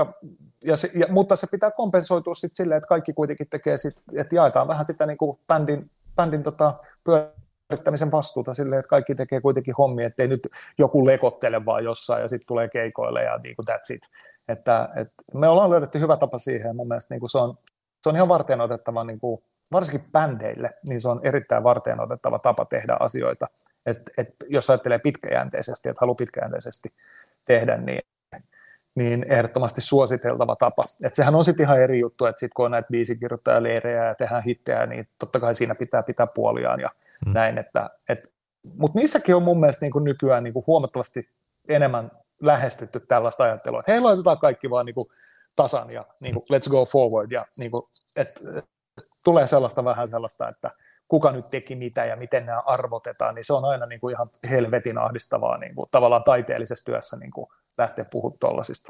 E: mutta se pitää kompensoitua sitten silleen, että kaikki kuitenkin tekee, että jaetaan vähän sitä niin kuin bändin pyörittämisen vastuuta silleen, että kaikki tekee kuitenkin hommia, ettei nyt joku lekottele vaan jossain, ja sitten tulee keikoille, ja niin kuin that's it. Että me ollaan löydetty hyvä tapa siihen, ja mun mielestä niin kuin se on ihan varteenotettava, niin kuin, varsinkin bändeille, niin se on erittäin varteenotettava tapa tehdä asioita. Jos ajattelee pitkäjänteisesti, että haluaa pitkäjänteisesti tehdä, niin ehdottomasti suositeltava tapa. Että sehän on sitten ihan eri juttu, että sitten kun on näitä biisikirjoittajaleirejä ja tehdään hittejä, niin totta kai siinä pitää puoliaan ja näin. Mutta niissäkin on mun mielestä niin kuin nykyään niin kuin huomattavasti enemmän lähestytty tällaista ajattelua, että hei, laitetaan kaikki vaan niin kuin tasan ja niin kuin, let's go forward. Ja niin kuin, tulee vähän sellaista, että kuka nyt teki mitä ja miten nämä arvotetaan, niin se on aina niin kuin ihan helvetin ahdistavaa niin kuin, tavallaan taiteellisessa työssä niin kuin lähteä puhumaan tollasista.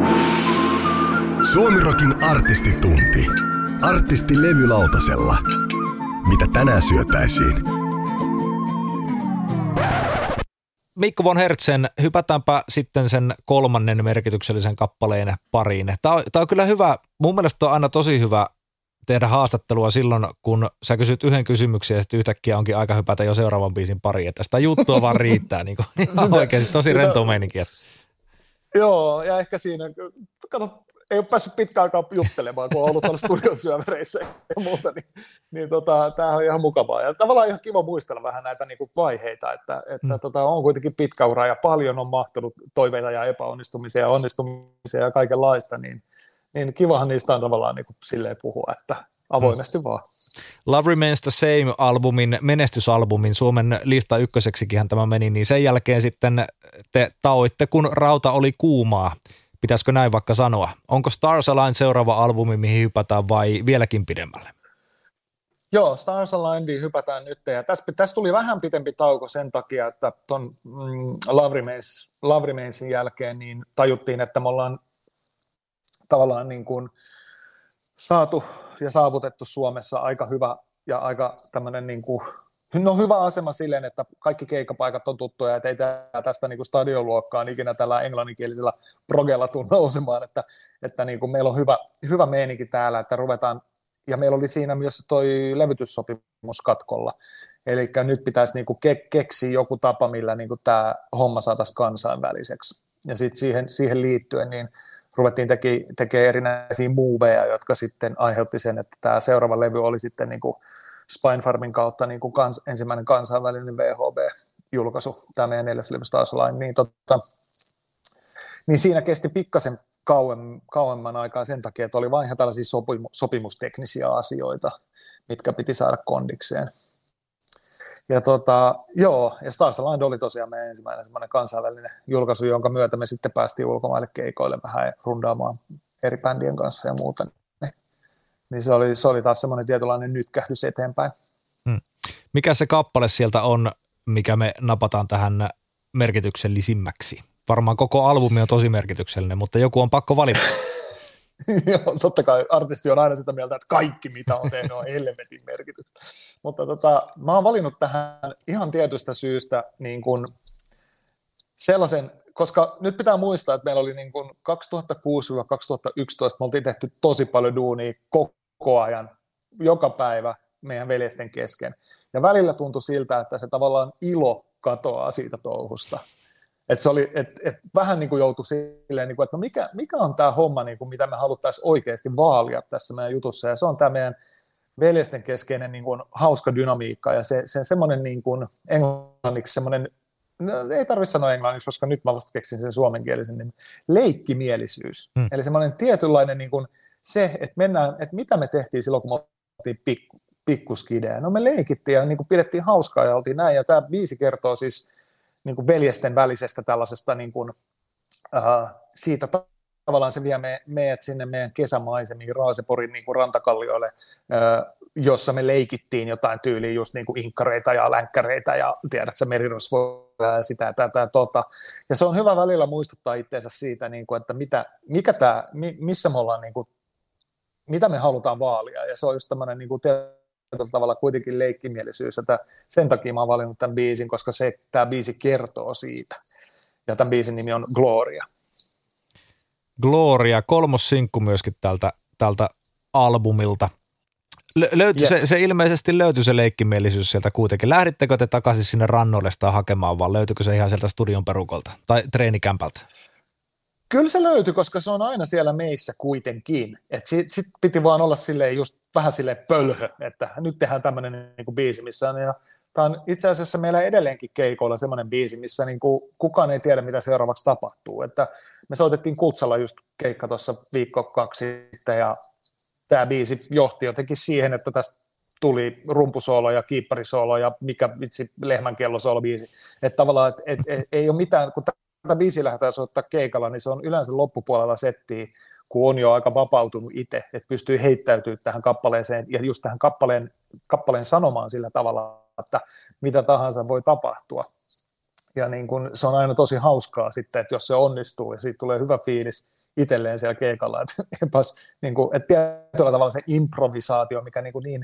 C: Suomirokin artistitunti. Artisti levylautasella. Mitä tänään syötäisiin?
D: Mikko von Hertzen, hypätäänpä sitten sen 3. merkityksellisen kappaleen pariin. Tämä on kyllä hyvä, mun mielestä on aina tosi hyvä tehdä haastattelua silloin, kun sä kysyt yhden kysymyksen ja sitten yhtäkkiä onkin aika hypätä jo seuraavan biisin pariin, että sitä juttua vaan riittää niin kuin, oikeasti tosi rento meininki.
E: Joo, ja ehkä siinä, kato, ei ole päässyt pitkään aikaa juttelemaan, kun on ollut tuolla studiosyövereissä ja muuta, niin tämähän on ihan mukavaa. Ja tavallaan ihan kiva muistella vähän näitä niin kuin vaiheita, että on kuitenkin pitkä ura ja paljon on mahtunut toiveita ja epäonnistumisia ja onnistumisia ja kaikenlaista, niin kivahan niistä on tavallaan niin kuin silleen puhua, että avoimesti vaan.
D: Love Remains the Same-albumin, menestysalbumin, Suomen lista ykköseksikinhän tämä meni, niin sen jälkeen sitten te tauitte, kun rauta oli kuumaa. Pitäisikö näin vaikka sanoa? Onko Stars Align seuraava albumi, mihin hypätään vai vieläkin pidemmälle?
E: Joo, Stars Aligniin hypätään nyt. Ja tässä tuli vähän pitempi tauko sen takia, että tuon Love Remainsin jälkeen niin tajuttiin, että me ollaan tavallaan niin kuin saatu ja saavutettu Suomessa aika hyvä ja aika tämmöinen niin kuin, hyvä asema silleen, että kaikki keikkapaikat on tuttuja, että ei tästä niin kuin stadioluokkaan ikinä tällä englanninkielisellä progella tule nousemaan, että niin kuin meillä on hyvä meininki täällä, että ruvetaan, ja meillä oli siinä myös toi levytyssopimus katkolla, eli nyt pitäisi niin kuin keksiä joku tapa, millä niin kuin tämä homma saataisiin kansainväliseksi, ja sitten siihen liittyen niin ruvettiin tekemään erinäisiä moveja, jotka sitten aiheutti sen, että tämä seuraava levy oli sitten niin kuin Spinefarmin kautta niin kuin ensimmäinen kansainvälinen VHB-julkaisu, tämä meidän 4. levy Stars Align, niin siinä kesti pikkasen kauemman aikaa sen takia, että oli vain ihan tällaisia sopimusteknisiä asioita, mitkä piti saada kondikseen. Ja joo, ja Stars Aligned oli tosiaan meidän ensimmäinen semmoinen kansainvälinen julkaisu, jonka myötä me sitten päästiin ulkomaille keikoille vähän ja rundaamaan eri bändien kanssa ja muuta. Niin se oli taas semmoinen tietynlainen nytkähdys eteenpäin.
D: Mikä se kappale sieltä on, mikä me napataan tähän merkityksellisimmäksi? Varmaan koko albumi on tosi merkityksellinen, mutta joku on pakko valita.
E: Joo, totta kai artisti on aina sitä mieltä, että kaikki mitä on tehnyt on helvetin merkitystä. Mutta mä oon valinnut tähän ihan tietystä syystä niin kuin sellaisen, koska nyt pitää muistaa, että meillä oli niin kuin 2006-2011, me oltiin tehty tosi paljon duunia koko ajan, joka päivä meidän veljesten kesken. Ja välillä tuntui siltä, että se tavallaan ilo katoaa siitä touhusta. Että se oli, vähän niin kuin joutui silleen, niin kuin, että no mikä on tämä homma, niin kuin, mitä me haluttaisiin oikeasti vaalia tässä meidän jutussa. Ja se on tämä meidän veljesten keskeinen niin kuin, hauska dynamiikka ja se semmoinen niin kuin, englanniksi semmoinen, no, ei tarvitse sanoa englanniksi, koska nyt mä vasta keksin sen suomenkielisen, niin leikkimielisyys. Eli semmoinen tietynlainen niin kuin, se, että mitä me tehtiin silloin, kun me oltiin pikkuskidejä. No me leikittiin ja niin kuin, pidettiin hauskaa ja oltiin näin. Ja tämä biisi kertoo siis niin kuin veljesten välisestä tällaisesta niin kuin, siitä tavallaan se vie meidät sinne meidän kesämaisemiin Raaseporin niin kuin rantakallioille, jossa me leikittiin jotain tyyliä just niin kuin inkkareita ja länkkäreitä ja tiedät sä merirosvoja ja sitä ja tätä. Ja se on hyvä välillä muistuttaa itseensä siitä, niin kuin, että missä me ollaan, niin kuin, mitä me halutaan vaalia. Ja se on just tämmöinen niin kuin tavalla kuitenkin leikkimielisyys, että sen takia mä oon valinnut tämän biisin, koska tämä biisi kertoo siitä. Ja tämän biisin nimi on Gloria.
D: Gloria, 3. sinkku myöskin tältä albumilta. Se ilmeisesti löytyi se leikkimielisyys sieltä kuitenkin. Lähdittekö te takaisin sinne rannoille sitä hakemaan, vaan löytyykö se ihan sieltä studion perukolta tai treenikämpältä?
E: Kyllä se löytyi, koska se on aina siellä meissä kuitenkin. Sitten piti vaan olla silleen just vähän silleen pölhö, että nyt tehdään tämmöinen niin biisi, missä on. Ja tämä on itse asiassa meillä edelleenkin keikoilla semmoinen biisi, missä niin kuin kukaan ei tiedä, mitä seuraavaksi tapahtuu. Että me soitettiin Kultsalla just keikka tuossa 1-2 sitten, ja tämä biisi johti jotenkin siihen, että tästä tuli rumpusoolo ja kiipparisoolo ja mikä vitsi lehmänkellosoolo-biisi. Että tavallaan ei ole mitään, kun tätä biisiä lähdetään soittaa keikalla, niin se on yleensä loppupuolella settiä, kun on jo aika vapautunut itse, että pystyy heittäytymään tähän kappaleeseen ja just tähän kappaleen sanomaan sillä tavalla, että mitä tahansa voi tapahtua. Ja niin kun, se on aina tosi hauskaa sitten, että jos se onnistuu ja siitä tulee hyvä fiilis itselleen siellä keikalla, että tietyllä tavalla se improvisaatio, mikä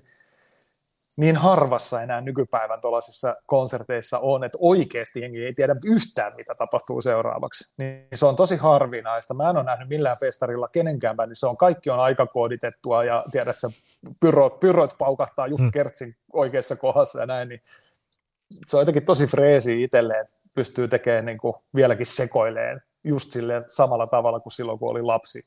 E: niin harvassa enää nykypäivän tuollaisissa konserteissa on, että oikeasti jengi ei tiedä yhtään, mitä tapahtuu seuraavaksi. Niin se on tosi harvinaista. Mä en ole nähnyt millään festarilla kenenkään, niin kaikki on aikakooditettua ja tiedät, että pyrot paukahtaa just kertsin oikeassa kohdassa ja näin, niin se on jotenkin tosi freesi itselleen, että pystyy tekemään niin kuin vieläkin sekoileen just silleen samalla tavalla kuin silloin, kun oli lapsi.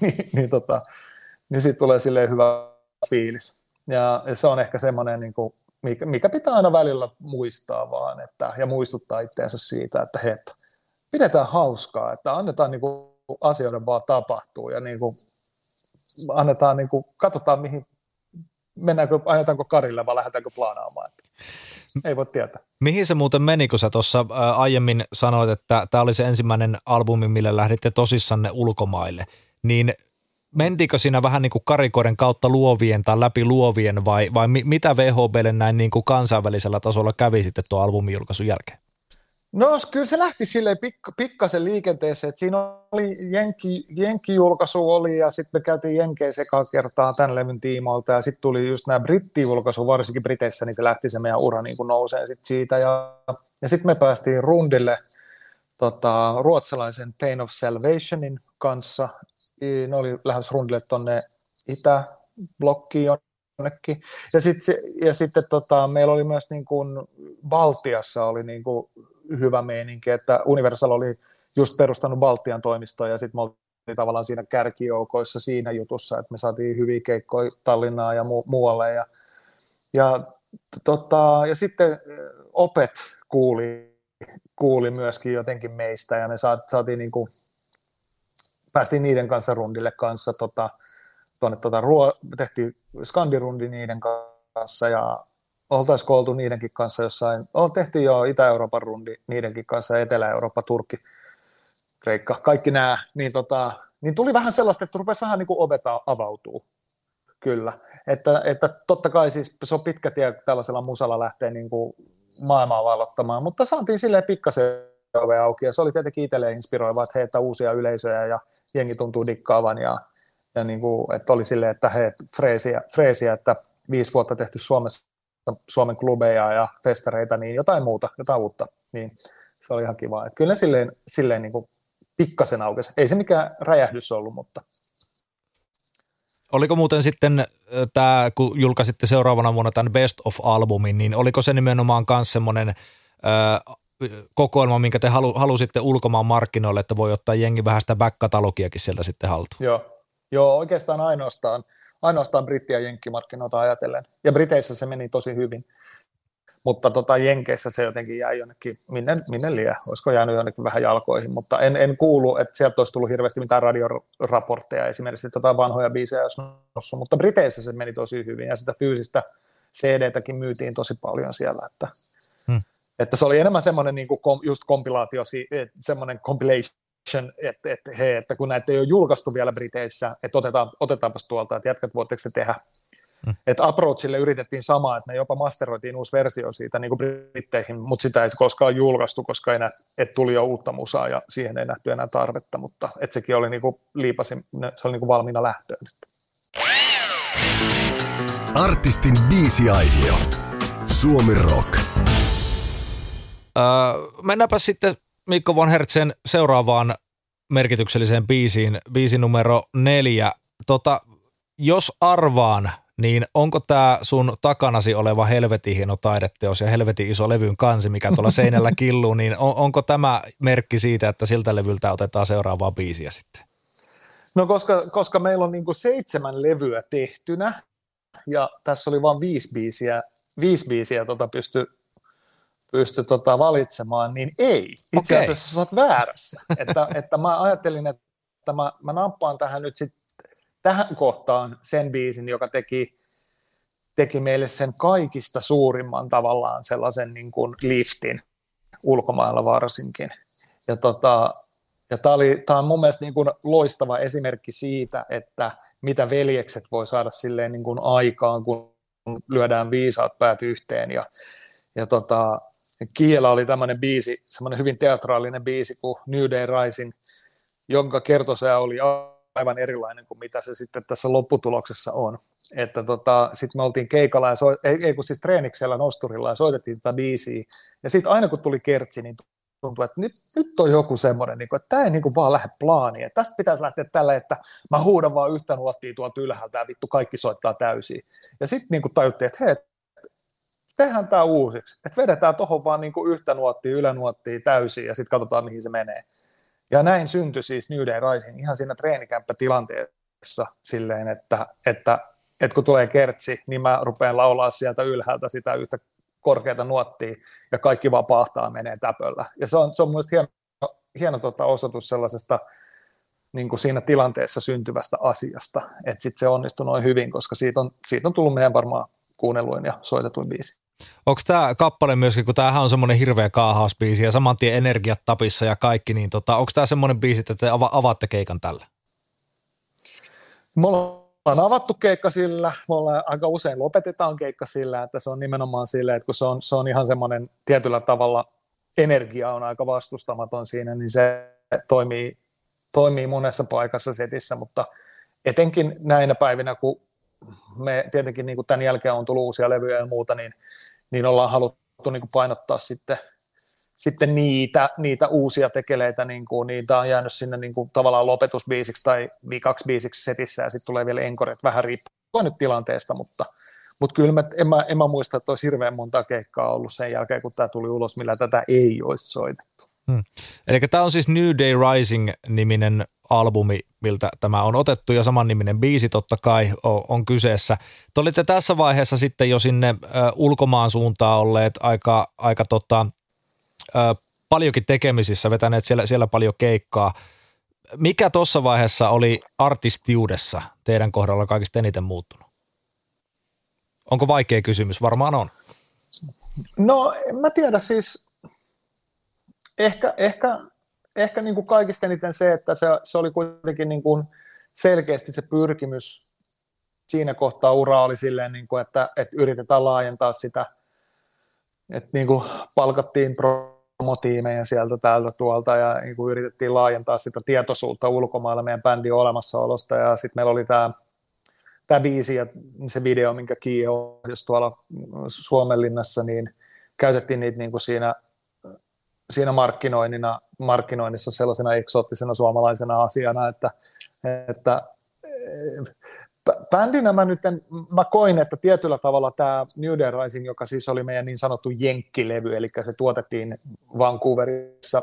E: niin siitä tulee silleen hyvä fiilis. Ja se on ehkä semmoinen, niin kuin, mikä pitää aina välillä muistaa vaan, ja muistuttaa itseensä siitä, että hei, pidetään hauskaa, että annetaan niin kuin, asioiden vaan tapahtua ja niin kuin, annetaan, niin kuin, katsotaan mihin, ajetaanko karille vai lähdetäänkö plaanaamaan. Ei voi tietää.
D: Mihin se muuten meni, kun sä tuossa aiemmin sanoit, että tämä oli se ensimmäinen albumi, millä lähditte tosissanne ulkomaille, niin mentiinkö siinä vähän niin kuin karikoiden kautta luovien tai läpi luovien vai mitä VHBlle näin niin kuin kansainvälisellä tasolla kävi sitten tuon albumin julkaisun jälkeen?
E: No kyllä se lähti silleen pikkasen liikenteeseen, että siinä oli Jenkki-julkaisu oli ja sitten me käytiin Jenkeissä ekaa kertaa tämän levyn tiimoilta ja sitten tuli just nämä britti-julkaisu, varsinkin Briteissä, niin se lähti se meidän ura niin kuin nousee sitten siitä ja sitten me päästiin rundille ruotsalaisen Pain of Salvationin kanssa. Ne oli lähes rundille tuonne Itäblokkiin jonnekin. Ja sitten meillä oli myös niin kuin Baltiassa oli niin kuin hyvä meininki, että Universal oli just perustanut Baltian toimistoa ja sitten me oltiin tavallaan siinä kärkijoukoissa siinä jutussa, että me saatiin hyviä keikkoja Tallinnaan ja muualle. Ja sitten Opet kuuli myöskin jotenkin meistä ja me saatiin niin kuin päästiin niiden kanssa rundille kanssa, tehtiin Skandirundi niiden kanssa ja oltaisiko oltu niidenkin kanssa jossain, tehtiin jo Itä-Euroopan rundi niidenkin kanssa, Etelä-Eurooppa, Turkki, Kreikka, kaikki nämä, niin tuli vähän sellaista, että rupesi vähän niin kuin ovet avautuu, kyllä, että totta kai siis se on pitkä tie, kun tällaisella musalla lähtee niin kuin maailmaa vallottamaan, mutta saatiin silleen pikkasen ove auki, ja se oli tietenkin itselleen inspiroivaa, että hei, että uusia yleisöjä, ja jengi tuntuu dikkaavan, ja niin kuin, että oli silleen, että hei, freesiä, että 5 vuotta tehty Suomen klubeja ja festareita, niin jotain muuta, jotain uutta, niin se oli ihan kiva. Että kyllä ne silleen niin kuin pikkasen aukesi. Ei se mikään räjähdys ollut, mutta...
D: Oliko muuten sitten tämä, kun julkaisitte seuraavana vuonna tämän Best of-albumin, niin oliko se nimenomaan myös semmoinen kokoelma, minkä te halusitte ulkomaan markkinoille, että voi ottaa jengi vähän sitä back-katalogiakin sieltä sitten haltuun?
E: Joo, oikeastaan ainoastaan britti- ja jenkkimarkkinoita ajatellen. Ja Briteissä se meni tosi hyvin, mutta Jenkeissä se jotenkin jäi jonnekin, minne liian, olisiko jäänyt jonnekin vähän jalkoihin, mutta en kuulu, että sieltä olisi tullut hirveästi mitään radioraportteja esimerkiksi, että jotain vanhoja biisejä olisi noussut, mutta Briteissä se meni tosi hyvin ja sitä fyysistä CD-täkin myytiin tosi paljon siellä, että se oli enemmän semmoinen niin kuin just kompilaatio, semmoinen compilation, että kun näitä ei ole julkaistu vielä Briteissä, että otetaanpas tuolta, että jätkät voitteko te tehdä. Että Approachille yritettiin samaa, että me jopa masteroitiin uusi versio siitä niin kuin Britteihin, mutta sitä ei koskaan julkaistu, koska että tuli jo uutta musaa ja siihen ei nähty enää tarvetta, mutta että sekin oli niin kuin se oli niin kuin valmiina lähtöön.
C: Artistin biisiaihio. Suomi Rock.
D: Mennäänpä sitten Mikko von Hertzen seuraavaan merkitykselliseen biisiin, biisi numero 4. Jos arvaan, niin onko tämä sun takanasi oleva helvetin hieno taideteos ja helvetin iso levyn kansi, mikä tuolla seinällä killuu, niin onko tämä merkki siitä, että siltä levyltä otetaan seuraavaa biisiä sitten?
E: No koska meillä on niinku 7 levyä tehtynä ja tässä oli vain 5 biisiä pysty valitsemaan, niin ei. Itse asiassa sä oot väärässä. että mä ajattelin, että mä nappaan tähän nyt sitten tähän kohtaan sen biisin, joka teki meille sen kaikista suurimman tavallaan sellaisen niin kuin liftin ulkomailla varsinkin. Ja tämä on mun mielestä niin kuin loistava esimerkki siitä, että mitä veljekset voi saada silleen niin kuin aikaan, kun lyödään viisaat päät yhteen. Ja Kiela oli tämmöinen biisi, semmoinen hyvin teatraalinen biisi kuin New Day Rising, jonka kertosää oli aivan erilainen kuin mitä se sitten tässä lopputuloksessa on. Että sitten me oltiin keikalla, kun siis treeniksellä nosturilla ja soitettiin tätä biisiä. Ja sitten aina kun tuli kertsi, niin tuntui, että nyt on joku semmoinen, että tämä ei niin kuin vaan lähde plaaniin. Että tästä pitäisi lähteä tällä, että mä huudan vaan yhtä nuottia tuolta ylhäältä ja vittu kaikki soittaa täysin. Ja sitten niin kuin tajuttiin, että hei, tehdään tämä uusiksi. Että vedetään tuohon vaan niin kuin yhtä nuottia, ylänuottia täysin ja sitten katsotaan mihin se menee. Ja näin syntyi siis New Day Rising ihan siinä treenikämppätilanteessa silleen, että kun tulee kertsi, niin mä rupean laulaa sieltä ylhäältä sitä yhtä korkeata nuottia ja kaikki vaan pahtaa menee täpöllä. Ja se on mun mielestä hieno osoitus sellaisesta niin kuin siinä tilanteessa syntyvästä asiasta, että sitten se onnistui noin hyvin, koska siitä on tullut meidän varmaan kuunnelluin ja soitetuin biisi.
D: Onko tämä kappale myöskin, kun tämähän on semmoinen hirveä kaahausbiisi ja saman tien energiat tapissa ja kaikki, niin onko tämä semmoinen biisi, että te avaatte keikan tällä?
E: Me ollaan avattu keikka sillä, me ollaan aika usein lopetetaan keikka sillä, että se on nimenomaan sillä, että kun se on ihan semmoinen tietyllä tavalla, energia on aika vastustamaton siinä, niin se toimii monessa paikassa setissä, mutta etenkin näinä päivinä, kun me tietenkin niin kuin tämän jälkeen on tullut uusia levyjä ja muuta, niin ollaan haluttu niin kuin painottaa sitten niitä uusia tekeleitä, niin kuin, niitä on jäänyt sinne niin kuin tavallaan lopetusbiisiksi tai viikaksi biisiksi setissä ja sitten tulee vielä enkoret, vähän riippuu nyt tilanteesta, mutta kyllä en mä muista, että olisi hirveän monta keikkaa ollut sen jälkeen, kun tämä tuli ulos, millä tätä ei olisi soitettu.
D: Eli tämä on siis New Day Rising-niminen albumi, miltä tämä on otettu ja samanniminen biisi totta kai on kyseessä. Te olitte tässä vaiheessa sitten jo sinne ulkomaan suuntaan olleet aika paljonkin tekemisissä, vetäneet siellä paljon keikkaa. Mikä tuossa vaiheessa oli artistiudessa teidän kohdalla kaikista eniten muuttunut? Onko vaikea kysymys? Varmaan on.
E: No, en mä tiedä, siis ehkä niin kuin kaikista eniten se, että se oli kuitenkin niin kuin selkeästi se pyrkimys siinä kohtaa uraa oli silleen, niin kuin, että yritetään laajentaa sitä, että niin kuin palkattiin promotiimejä sieltä täältä tuolta ja niin kuin yritettiin laajentaa sitä tietoisuutta ulkomailla meidän bändin olemassaolosta ja sitten meillä oli tämä biisi ja se video, minkä Kii ohjasi tuolla Suomenlinnassa, niin käytettiin niitä niin kuin siinä markkinoinnissa sellaisena eksoottisena suomalaisena asiana, että bändinä mä koin, että tietyllä tavalla tämä New Day Rising, joka siis oli meidän niin sanottu jenkkilevy, eli se tuotettiin Vancouverissa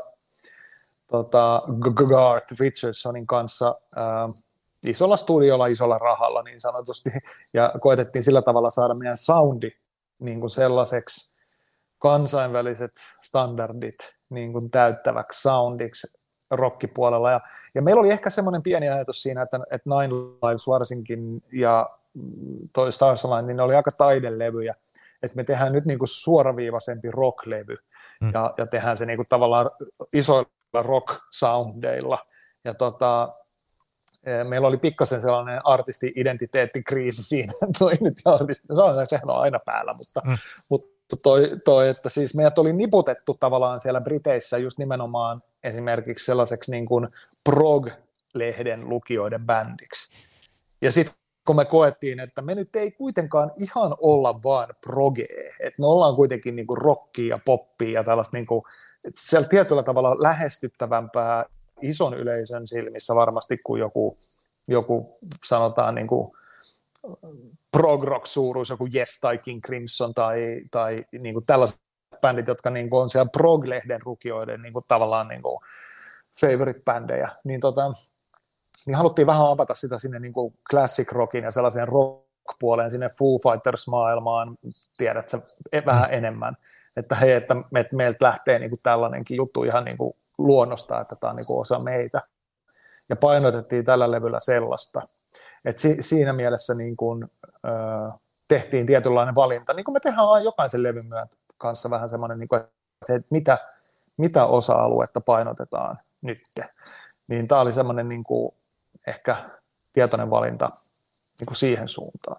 E: Garth Richardsonin kanssa isolla studiolla, isolla rahalla niin sanotusti, ja koetettiin sillä tavalla saada meidän soundi niin kuin sellaiseksi kansainväliset standardit niin kuin täyttäväksi soundiksi rockipuolella. Ja meillä oli ehkä semmoinen pieni ajatus siinä, että Nine Lives varsinkin ja toi Stars Align, niin ne oli aika taidelevyjä, että me tehdään nyt niin kuin suoraviivaisempi rocklevy ja tehdään se niin kuin tavallaan isoilla rock-soundeilla. Ja meillä oli pikkasen sellainen artisti-identiteettikriisi siinä, sehän on aina päällä, mutta että siis meidät oli niputettu tavallaan siellä Briteissä just nimenomaan esimerkiksi sellaiseksi niin kuin prog-lehden lukijoiden bändiksi. Ja sitten kun me koettiin, että me nyt ei kuitenkaan ihan olla vaan progee, että me ollaan kuitenkin niin kuin rockia ja poppia ja tällaista niin kuin, siellä tietyllä tavalla lähestyttävämpää ison yleisön silmissä varmasti kuin joku sanotaan niin kuin prog-rock-suuruus, joku Yes tai King Crimson tai niin kuin tällaiset bändit, jotka niin kuin on siellä prog-lehden lukijoiden niin kuin tavallaan niin kuin favorite-bändejä, niin haluttiin vähän avata sitä sinne niin kuin classic rockin ja sellaiseen rock-puoleen, sinne Foo Fighters-maailmaan, tiedätkö, vähän enemmän, että hei, että meiltä lähtee niin kuin tällainenkin juttu ihan niin kuin luonnosta, että tämä on niin kuin osa meitä. Ja painotettiin tällä levyllä sellaista, että siinä mielessä niin kuin, tehtiin tietynlainen valinta, niin kuin me tehdään jokaisen levyn kanssa vähän semmoinen, niin kuin, että mitä osa-aluetta painotetaan nyt. Niin tämä oli semmoinen niin kuin, ehkä tietoinen valinta niin kuin siihen suuntaan.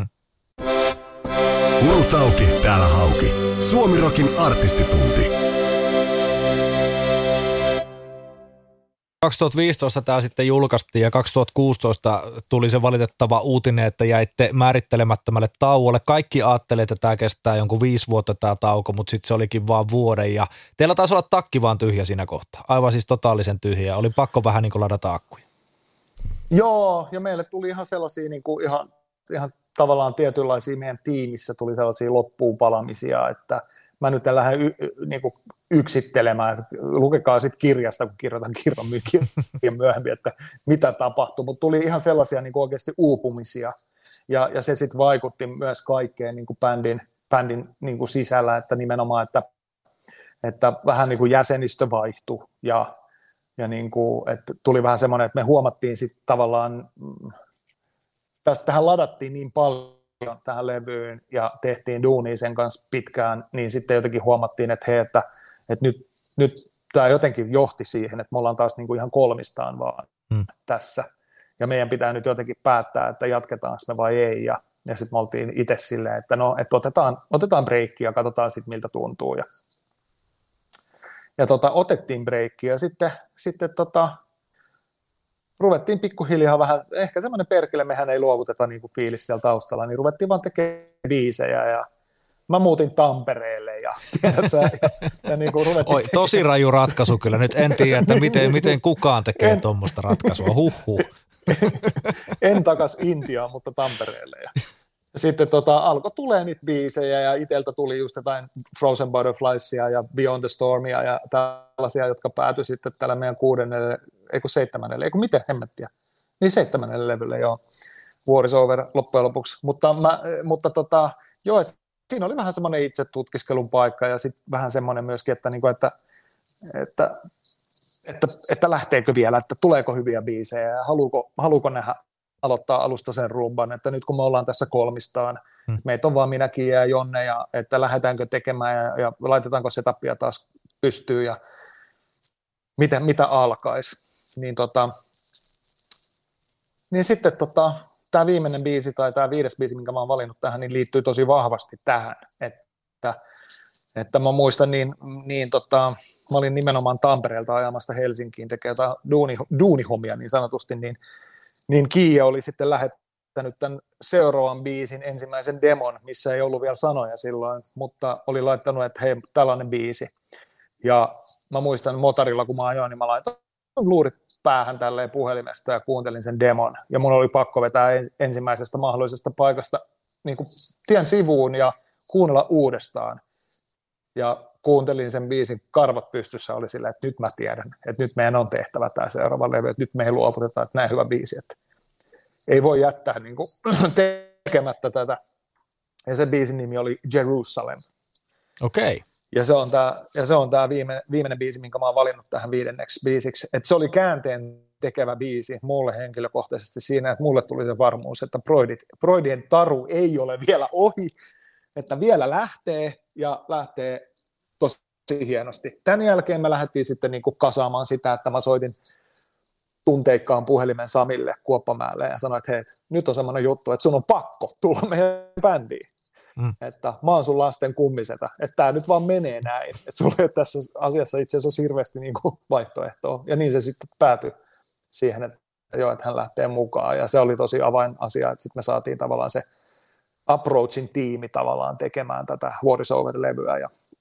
C: Urut auki, täällä Hauki. Suomi Rockin artistitunti.
D: 2015 tämä sitten julkaistiin ja 2016 tuli se valitettava uutinen, että jäitte määrittelemättömälle tauolle. Kaikki ajattelivat, että tämä kestää jonkun 5 vuotta tämä tauko, mutta sitten se olikin vaan vuoden ja teillä taisi olla takki vaan tyhjä siinä kohtaa. Aivan siis totaalisen tyhjä. Oli pakko vähän niin kuin ladata akkuja.
E: Joo, ja meille tuli ihan sellaisia niin kuin ihan tavallaan tietynlaisia meidän tiimissä tuli sellaisia loppuunpalamisia, että mä nyt en lähde niin kuin yksittelemään, että lukekaa sitten kirjasta, kun kirjoitan kirjan myöhemmin, että mitä tapahtui, mutta tuli ihan sellaisia niin kuin oikeasti uupumisia, ja se sitten vaikutti myös kaikkeen niin kuin bändin niin kuin sisällä, että nimenomaan, että vähän niin kuin jäsenistö vaihtui, ja niin kuin, että tuli vähän semmoinen, että me huomattiin sitten tavallaan, tähän ladattiin niin paljon tähän levyyn ja tehtiin duunia sen kanssa pitkään, niin sitten jotenkin huomattiin, että hei, että nyt tämä jotenkin johti siihen, että me ollaan taas niin kuin ihan kolmistaan vaan tässä. Ja meidän pitää nyt jotenkin päättää, että jatketaanko me vai ei. Ja sitten me oltiin itse silleen, että no, että otetaan breikki ja katsotaan sitten miltä tuntuu. Ja otettiin breikki ja sitten ruvettiin pikkuhiljaa vähän, ehkä semmoinen perkele, mehän ei luovuteta niin kuin fiilis siellä taustalla, niin ruvettiin vaan tekemään biisejä ja mä muutin Tampereelle ja tiedätkö, ja niin kuin ruvettiin.
D: Oi, tosi raju ratkaisu kyllä, nyt en tiedä, että miten kukaan tekee tuommoista ratkaisua, huhhuh.
E: En takas Intiaan, mutta Tampereelle ja sitten alkoi tulee niitä biisejä ja itseltä tuli just jotain Frozen Butterfliesia ja Beyond the Stormia ja tällaisia, jotka päätyi sitten tällä meidän 7. miten, en mä tiedä. Niin 7. levylle, joo. War is over loppujen lopuksi. Mutta joo, että siinä oli vähän semmoinen itse tutkiskelun paikka ja sitten vähän semmoinen myöskin, että lähteekö vielä, että tuleeko hyviä biisejä ja haluuko nähdä aloittaa alusta sen rumban, että nyt kun me ollaan tässä kolmistaan, meitä on vaan minäkin ja Jonne, ja että lähdetäänkö tekemään ja laitetaanko setupia taas pystyyn ja mitä alkaisi. Niin sitten tämä viimeinen biisi tai tämä 5. biisi, minkä mä oon valinnut tähän, niin liittyy tosi vahvasti tähän, että mä muistan mä olin nimenomaan Tampereelta ajamasta Helsinkiin, tekee jotain duunihommia niin sanotusti, niin Kiie oli sitten lähettänyt tämän seuraavan biisin ensimmäisen demon, missä ei ollut vielä sanoja silloin, mutta oli laittanut, että hei, tällainen biisi. Ja mä muistan motorilla, kun mä ajoin, niin mä laitoin luurit päähän tälleen puhelimesta ja kuuntelin sen demon. Ja mun oli pakko vetää ensimmäisestä mahdollisesta paikasta niin kuin tien sivuun ja kuunnella uudestaan. Ja kuuntelin sen biisin, karvat pystyssä, oli silleen, että nyt mä tiedän, että nyt meidän on tehtävä tämä seuraava levy, että nyt me ei luovuteta, että näin hyvä biisi, että ei voi jättää niin kuin tekemättä tätä. Ja se biisin nimi oli Jerusalem.
D: Okei.
E: Ja se on tämä viimeinen biisi, minkä mä oon valinnut tähän 5. biisiksi. Että se oli käänteen tekevä biisi mulle henkilökohtaisesti siinä, että mulle tuli se varmuus, että Broidien taru ei ole vielä ohi, että vielä lähtee ja lähtee tosi hienosti. Tämän jälkeen me lähdettiin sitten niin kuin kasaamaan sitä, että mä soitin tunteikkaan puhelimen Samille Kuoppamäelle ja sanoin, että hei, nyt on semmoinen juttu, että sun on pakko tulla meidän bändiin. Että mä oon sun lasten kummisetä, että tää nyt vaan menee näin, että sulla ei ole tässä asiassa itse asiassa hirveästi niin kuin vaihtoehtoa. Ja niin se sitten päätyi siihen, että hän lähtee mukaan. Ja se oli tosi avainasia, että sitten me saatiin tavallaan se Approachin tiimi tavallaan tekemään tätä War is Over-levyä.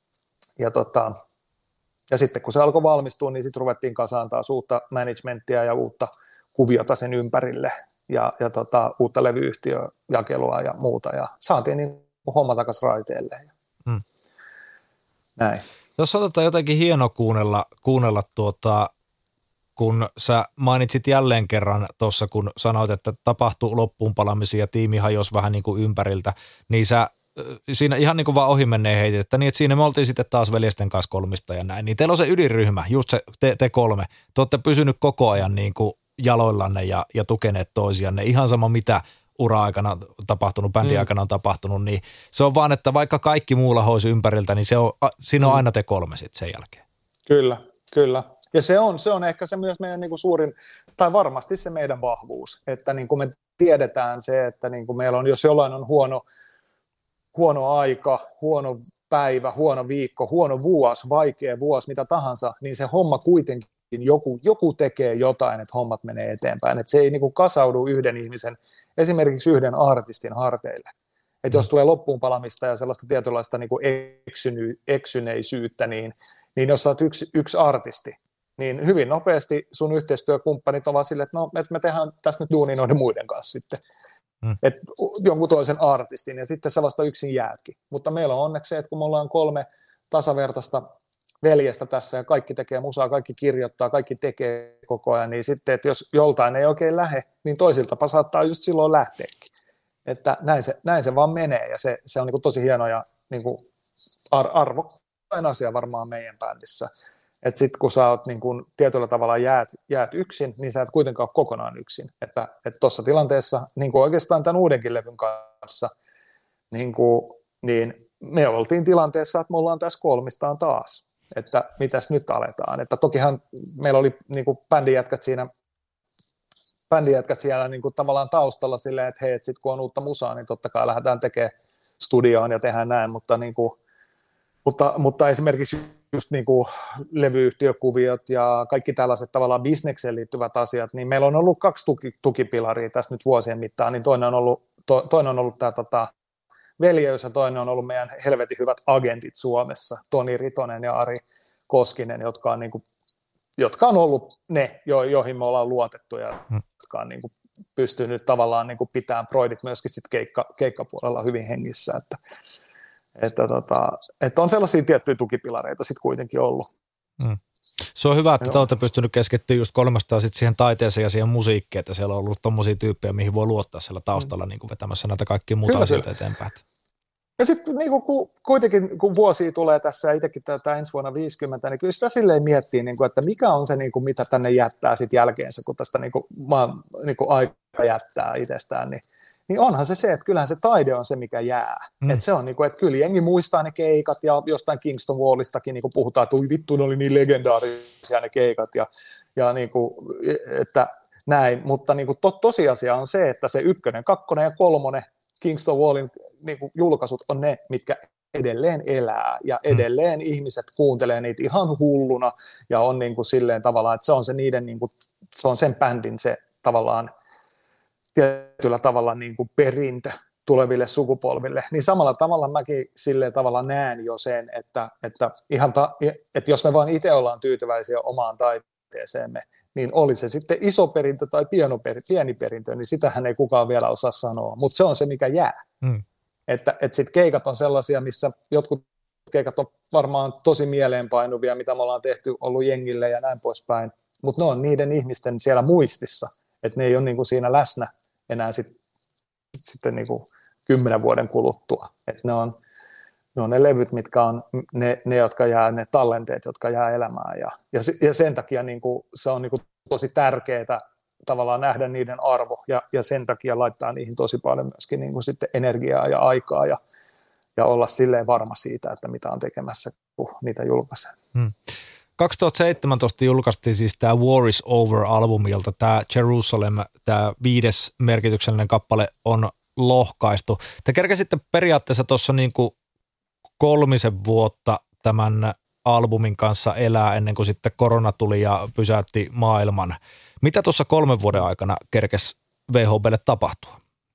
E: Ja sitten kun se alkoi valmistua, niin sitten ruvettiin kasaan taas uutta managementtia ja uutta kuviota sen ympärille ja uutta levyyhtiöjakelua ja muuta. Ja saatiin niin homma takaisin raiteelle. Näin.
D: Jos on jotenkin hieno kuunnella kun sä mainitsit jälleen kerran tuossa, kun sanoit, että tapahtui loppuunpalamisia ja tiimi hajosi vähän niin kuin ympäriltä, niin sä siinä ihan niin kuin vaan ohi menneen heitettä, niin että siinä me oltiin sitten taas veljesten kanssa kolmista ja näin. Niin teillä on se ydinryhmä, just se te kolme. Te olette pysynyt koko ajan niin kuin jaloillanne ja tukeneet toisianne. Ihan sama mitä ura-aikana tapahtunut, bändin aikana on tapahtunut, niin se on vaan, että vaikka kaikki muu lahoisi ympäriltä, niin siinä on aina te kolme sitten sen jälkeen.
E: Kyllä. Ja se on ehkä se myös meidän niin kuin suurin, tai varmasti se meidän vahvuus, että niin kuin me tiedetään se, että niin kuin meillä on, jos jollain on huono aika, huono päivä, huono viikko, huono vuosi, vaikea vuosi, mitä tahansa, niin se homma kuitenkin, joku tekee jotain, että hommat menee eteenpäin. Että se ei niin kuin kasaudu yhden ihmisen, esimerkiksi yhden artistin harteille. Että jos tulee loppuunpalamista ja sellaista tietynlaista niin kuin eksyneisyyttä, niin jos sä oot yksi artisti, niin hyvin nopeasti sun yhteistyökumppanit ovat silleen, että no, että me tehdään tässä nyt duunia noiden muiden kanssa sitten. Että jonkun toisen artistin, ja sitten sä vasta yksin jäätkin. Mutta meillä on onneksi se, että kun me ollaan 3 tasavertaista veljestä tässä, ja kaikki tekee musaa, kaikki kirjoittaa, kaikki tekee koko ajan, niin sitten, että jos joltain ei oikein lähe, niin toisiltapa saattaa just silloin lähteäkin. Että näin se vaan menee, ja se on niin kuin tosi hieno ja niin kuin arvokkain asia varmaan meidän bändissä. Että sitten kun sä oot niin kun tietyllä tavalla jäät yksin, niin sä et kuitenkaan ole kokonaan yksin. Että tuossa tilanteessa, niin kuin oikeastaan tämän uudenkin levyn kanssa, niin me oltiin tilanteessa, että me ollaan tässä kolmistaan taas. Että mitäs nyt aletaan. Että tokihan meillä oli niin kuin bändijätkät siellä niin kuin tavallaan taustalla silleen, että hei, että sit kun on uutta musaa, niin totta kai lähdetään tekemään studioon ja tehdään näin, mutta esimerkiksi just niin kuin levyyhtiökuviot ja kaikki tällaiset tavallaan bisnekseen liittyvät asiat, niin meillä on ollut 2 tukipilaria tässä nyt vuosien mittaan, niin toinen on ollut tämä veljeys ja toinen on ollut meidän helvetin hyvät agentit Suomessa, Toni Ritonen ja Ari Koskinen, jotka on ollut ne, joihin me ollaan luotettu ja jotka on niin kuin pystynyt tavallaan niin kuin pitämään Broidit myöskin sit keikkapuolella hyvin hengissä, että on sellaisia tiettyjä tukipilareita sitten kuitenkin ollut.
D: Se on hyvä, että te olette pystynyt keskittymään just kolmestaan sit siihen taiteeseen ja siihen musiikkiin, että siellä on ollut tommosia tyyppejä, mihin voi luottaa siellä taustalla niin kuin vetämässä näitä kaikkia muuta asioita eteenpäin.
E: Ja sitten niin kuitenkin, kun vuosia tulee tässä ja itsekin täyttää ensi vuonna 50, niin kyllä sitä silleen miettii, niin kuin, että mikä on se, niin kuin, mitä tänne jättää sitten jälkeensä, kun tästä niin kuin, aikaa jättää itsestään, niin onhan se, että kyllähän se taide on se, mikä jää. Että se on niin kuin, että kyllä jengi muistaa ne keikat ja jostain Kingston Wallistakin niin kuin puhutaan, että ui vittu, ne oli niin legendaarisia ne keikat ja niin kuin, että näin, mutta niin kuin tosiasia on se, että se 1, 2 ja 3 Kingston Wallin niin kuin julkaisut on ne, mitkä edelleen elää ja edelleen ihmiset kuuntelee niitä ihan hulluna ja on niin kuin silleen tavallaan, että se on se niiden niin kuin, se on sen bändin se tavallaan tietyllä tavalla niin kuin perintö tuleville sukupolville, niin samalla tavalla mäkin silleen tavalla näen jo sen, että että jos me vaan itse ollaan tyytyväisiä omaan taiteeseemme, niin oli se sitten iso perintö tai pieni perintö, niin sitähän ei kukaan vielä osaa sanoa, mutta se on se, mikä jää. Että sitten keikat on sellaisia, missä jotkut keikat on varmaan tosi mieleenpainuvia, mitä me ollaan tehty, ollut jengille ja näin poispäin, mutta ne on niiden ihmisten siellä muistissa, että ne ei ole niinku siinä läsnä enää sitten niinku 10 vuoden kuluttua. Että ne on ne levyt, mitkä on ne jotka jää, ne tallenteet, jotka jää elämään. Ja sen takia niinku, se on niinku tosi tärkeää tavallaan nähdä niiden arvo ja sen takia laittaa niihin tosi paljon myöskin niinku sitten energiaa ja aikaa ja olla silleen varma siitä, että mitä on tekemässä, kun niitä julkaisee.
D: 2017 julkaistiin siis tämä War is Over-albumilta, tämä Jerusalem, tämä 5. merkityksellinen kappale on lohkaistu. Te kerkesitte periaatteessa tuossa niinku 3 vuotta tämän albumin kanssa elää ennen kuin sitten korona tuli ja pysäytti maailman. Mitä tuossa 3 vuoden aikana kerkesi VHBlle tapahtua?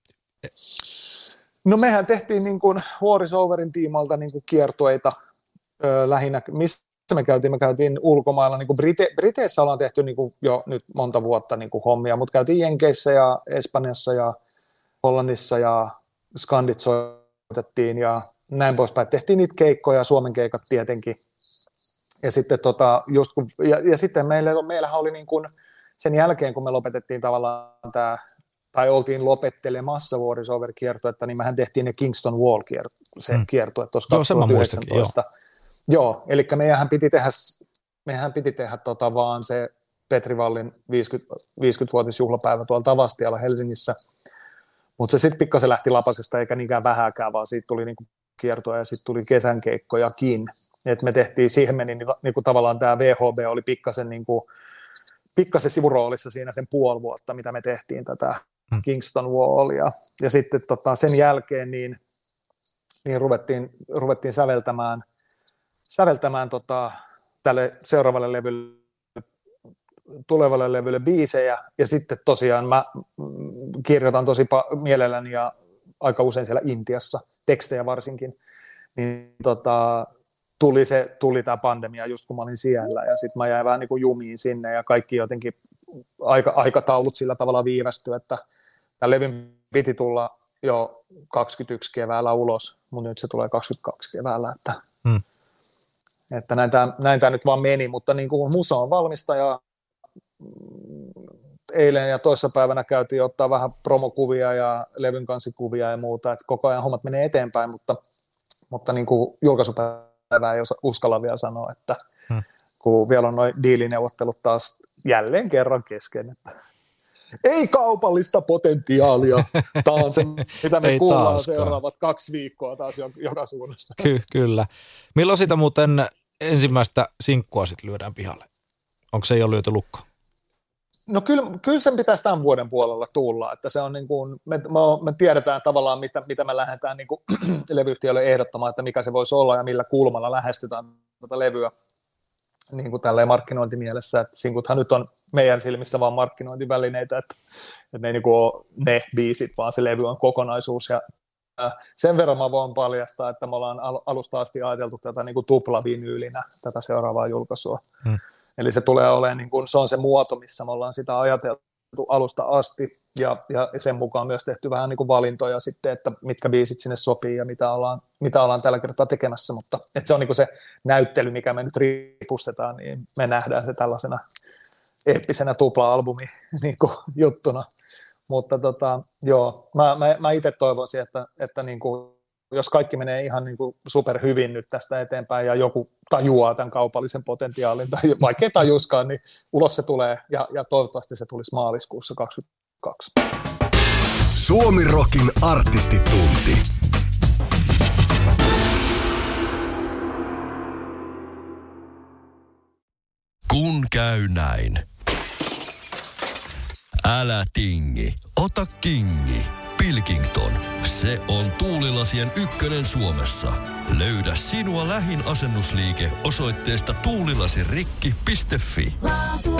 E: No mehän tehtiin niin kuin War is Overin tiimalta niin kuin kiertueita lähinnä, missä me käytiin ulkomailla, niin kuin Briteissä ollaan tehty niin kuin jo nyt monta vuotta niin kuin hommia, mutta käytiin Jenkeissä ja Espanjassa ja Hollannissa ja skandit soitettiin ja näin poispäin. Tehtiin niitä keikkoja, Suomen keikat tietenkin. Ja sitten, sitten meillähän oli niin kuin sen jälkeen, kun me lopetettiin tavallaan tämä, tai oltiin lopettelemassa War is Over-kiertuetta, niin mehän tehtiin ne Kingston Wall-kiertue tuossa 2019. Joo, eli meidän piti tehdä vaan se Petri Wallin 50-vuotisjuhlapäivä tuolla Tavastialla Helsingissä, mutta se sitten pikkasen lähti lapasesta eikä niinkään vähääkään, vaan siitä tuli niinku kiertoa ja sitten tuli kesän keikkojakin. Et me tehtiin, siihen meni niinku tavallaan tämä VHB oli pikkasen sivuroolissa siinä sen puoli vuotta, mitä me tehtiin tätä Kingston Wallia. Ja sitten sen jälkeen niin ruvettiin säveltämään tälle seuraavalle levylle, tulevalle levylle biisejä, ja sitten tosiaan mä kirjoitan tosi mielelläni ja aika usein siellä Intiassa, tekstejä varsinkin, niin tuli tämä pandemia just kun mä olin siellä, ja sitten mä jäin vähän niin kuin jumiin sinne, ja kaikki jotenkin aikataulut sillä tavalla viivästyi, että tämä levyn piti tulla jo 21 keväällä ulos, mutta nyt se tulee 22 keväällä, että näin tämä nyt vaan meni, mutta niin kuin musa on valmista ja eilen ja toissapäivänä käytiin ottaa vähän promokuvia ja levyn kansikuvia ja muuta, että koko ajan hommat menee eteenpäin, mutta niin kuin julkaisupäivää ei uskalla vielä sanoa, että kun vielä on noin diilineuvottelut taas jälleen kerran kesken, että ei kaupallista potentiaalia. Tämä on se, mitä me kuullaan taaskaan seuraavat 2 viikkoa taas joka suunnasta.
D: Kyllä. Milloin sitä muuten ensimmäistä sinkkua sitten lyödään pihalle? Onko se jo lyöty lukko?
E: No kyllä sen pitäisi tämän vuoden puolella tulla, että se on niin kuin, me tiedetään tavallaan, mitä me lähdetään niin kuin levyyhtiölle ehdottamaan, että mikä se voisi olla ja millä kulmalla lähestytään tätä levyä niin kuin tälleen markkinointimielessä, että sinkuthan nyt on meidän silmissä vaan markkinointivälineitä, että ne ei niin kuin ole ne biisit, vaan se levy on kokonaisuus ja sen verran mä voin paljastaa, että me ollaan alusta asti ajateltu tätä niin kuin tuplavinyylinä, tätä seuraavaa julkaisua. Eli se tulee olemaan, niin kuin, se on se muoto, missä me ollaan sitä ajateltu alusta asti ja sen mukaan myös tehty vähän niin kuin valintoja sitten, että mitkä biisit sinne sopii ja mitä ollaan tällä kertaa tekemässä, mutta että se on niin kuin se näyttely, mikä me nyt ripustetaan, niin me nähdään se tällaisena eeppisenä tupla-albumi niin kuin juttuna. Mutta joo, mä itse toivoisin, että niin kuin, jos kaikki menee ihan niin kuin super hyvin nyt tästä eteenpäin ja joku tajuaa tämän kaupallisen potentiaalin tai vaikka ei tajuskaan, niin ulos se tulee ja toivottavasti se tulisi maaliskuussa 2022.
C: Suomirokin artistitunti.
A: Kun käy näin. Älä tingi, ota kingi. Pilkington, se on tuulilasien ykkönen Suomessa. Löydä sinua lähin asennusliike osoitteesta tuulilasirikki.fi.
B: Laatua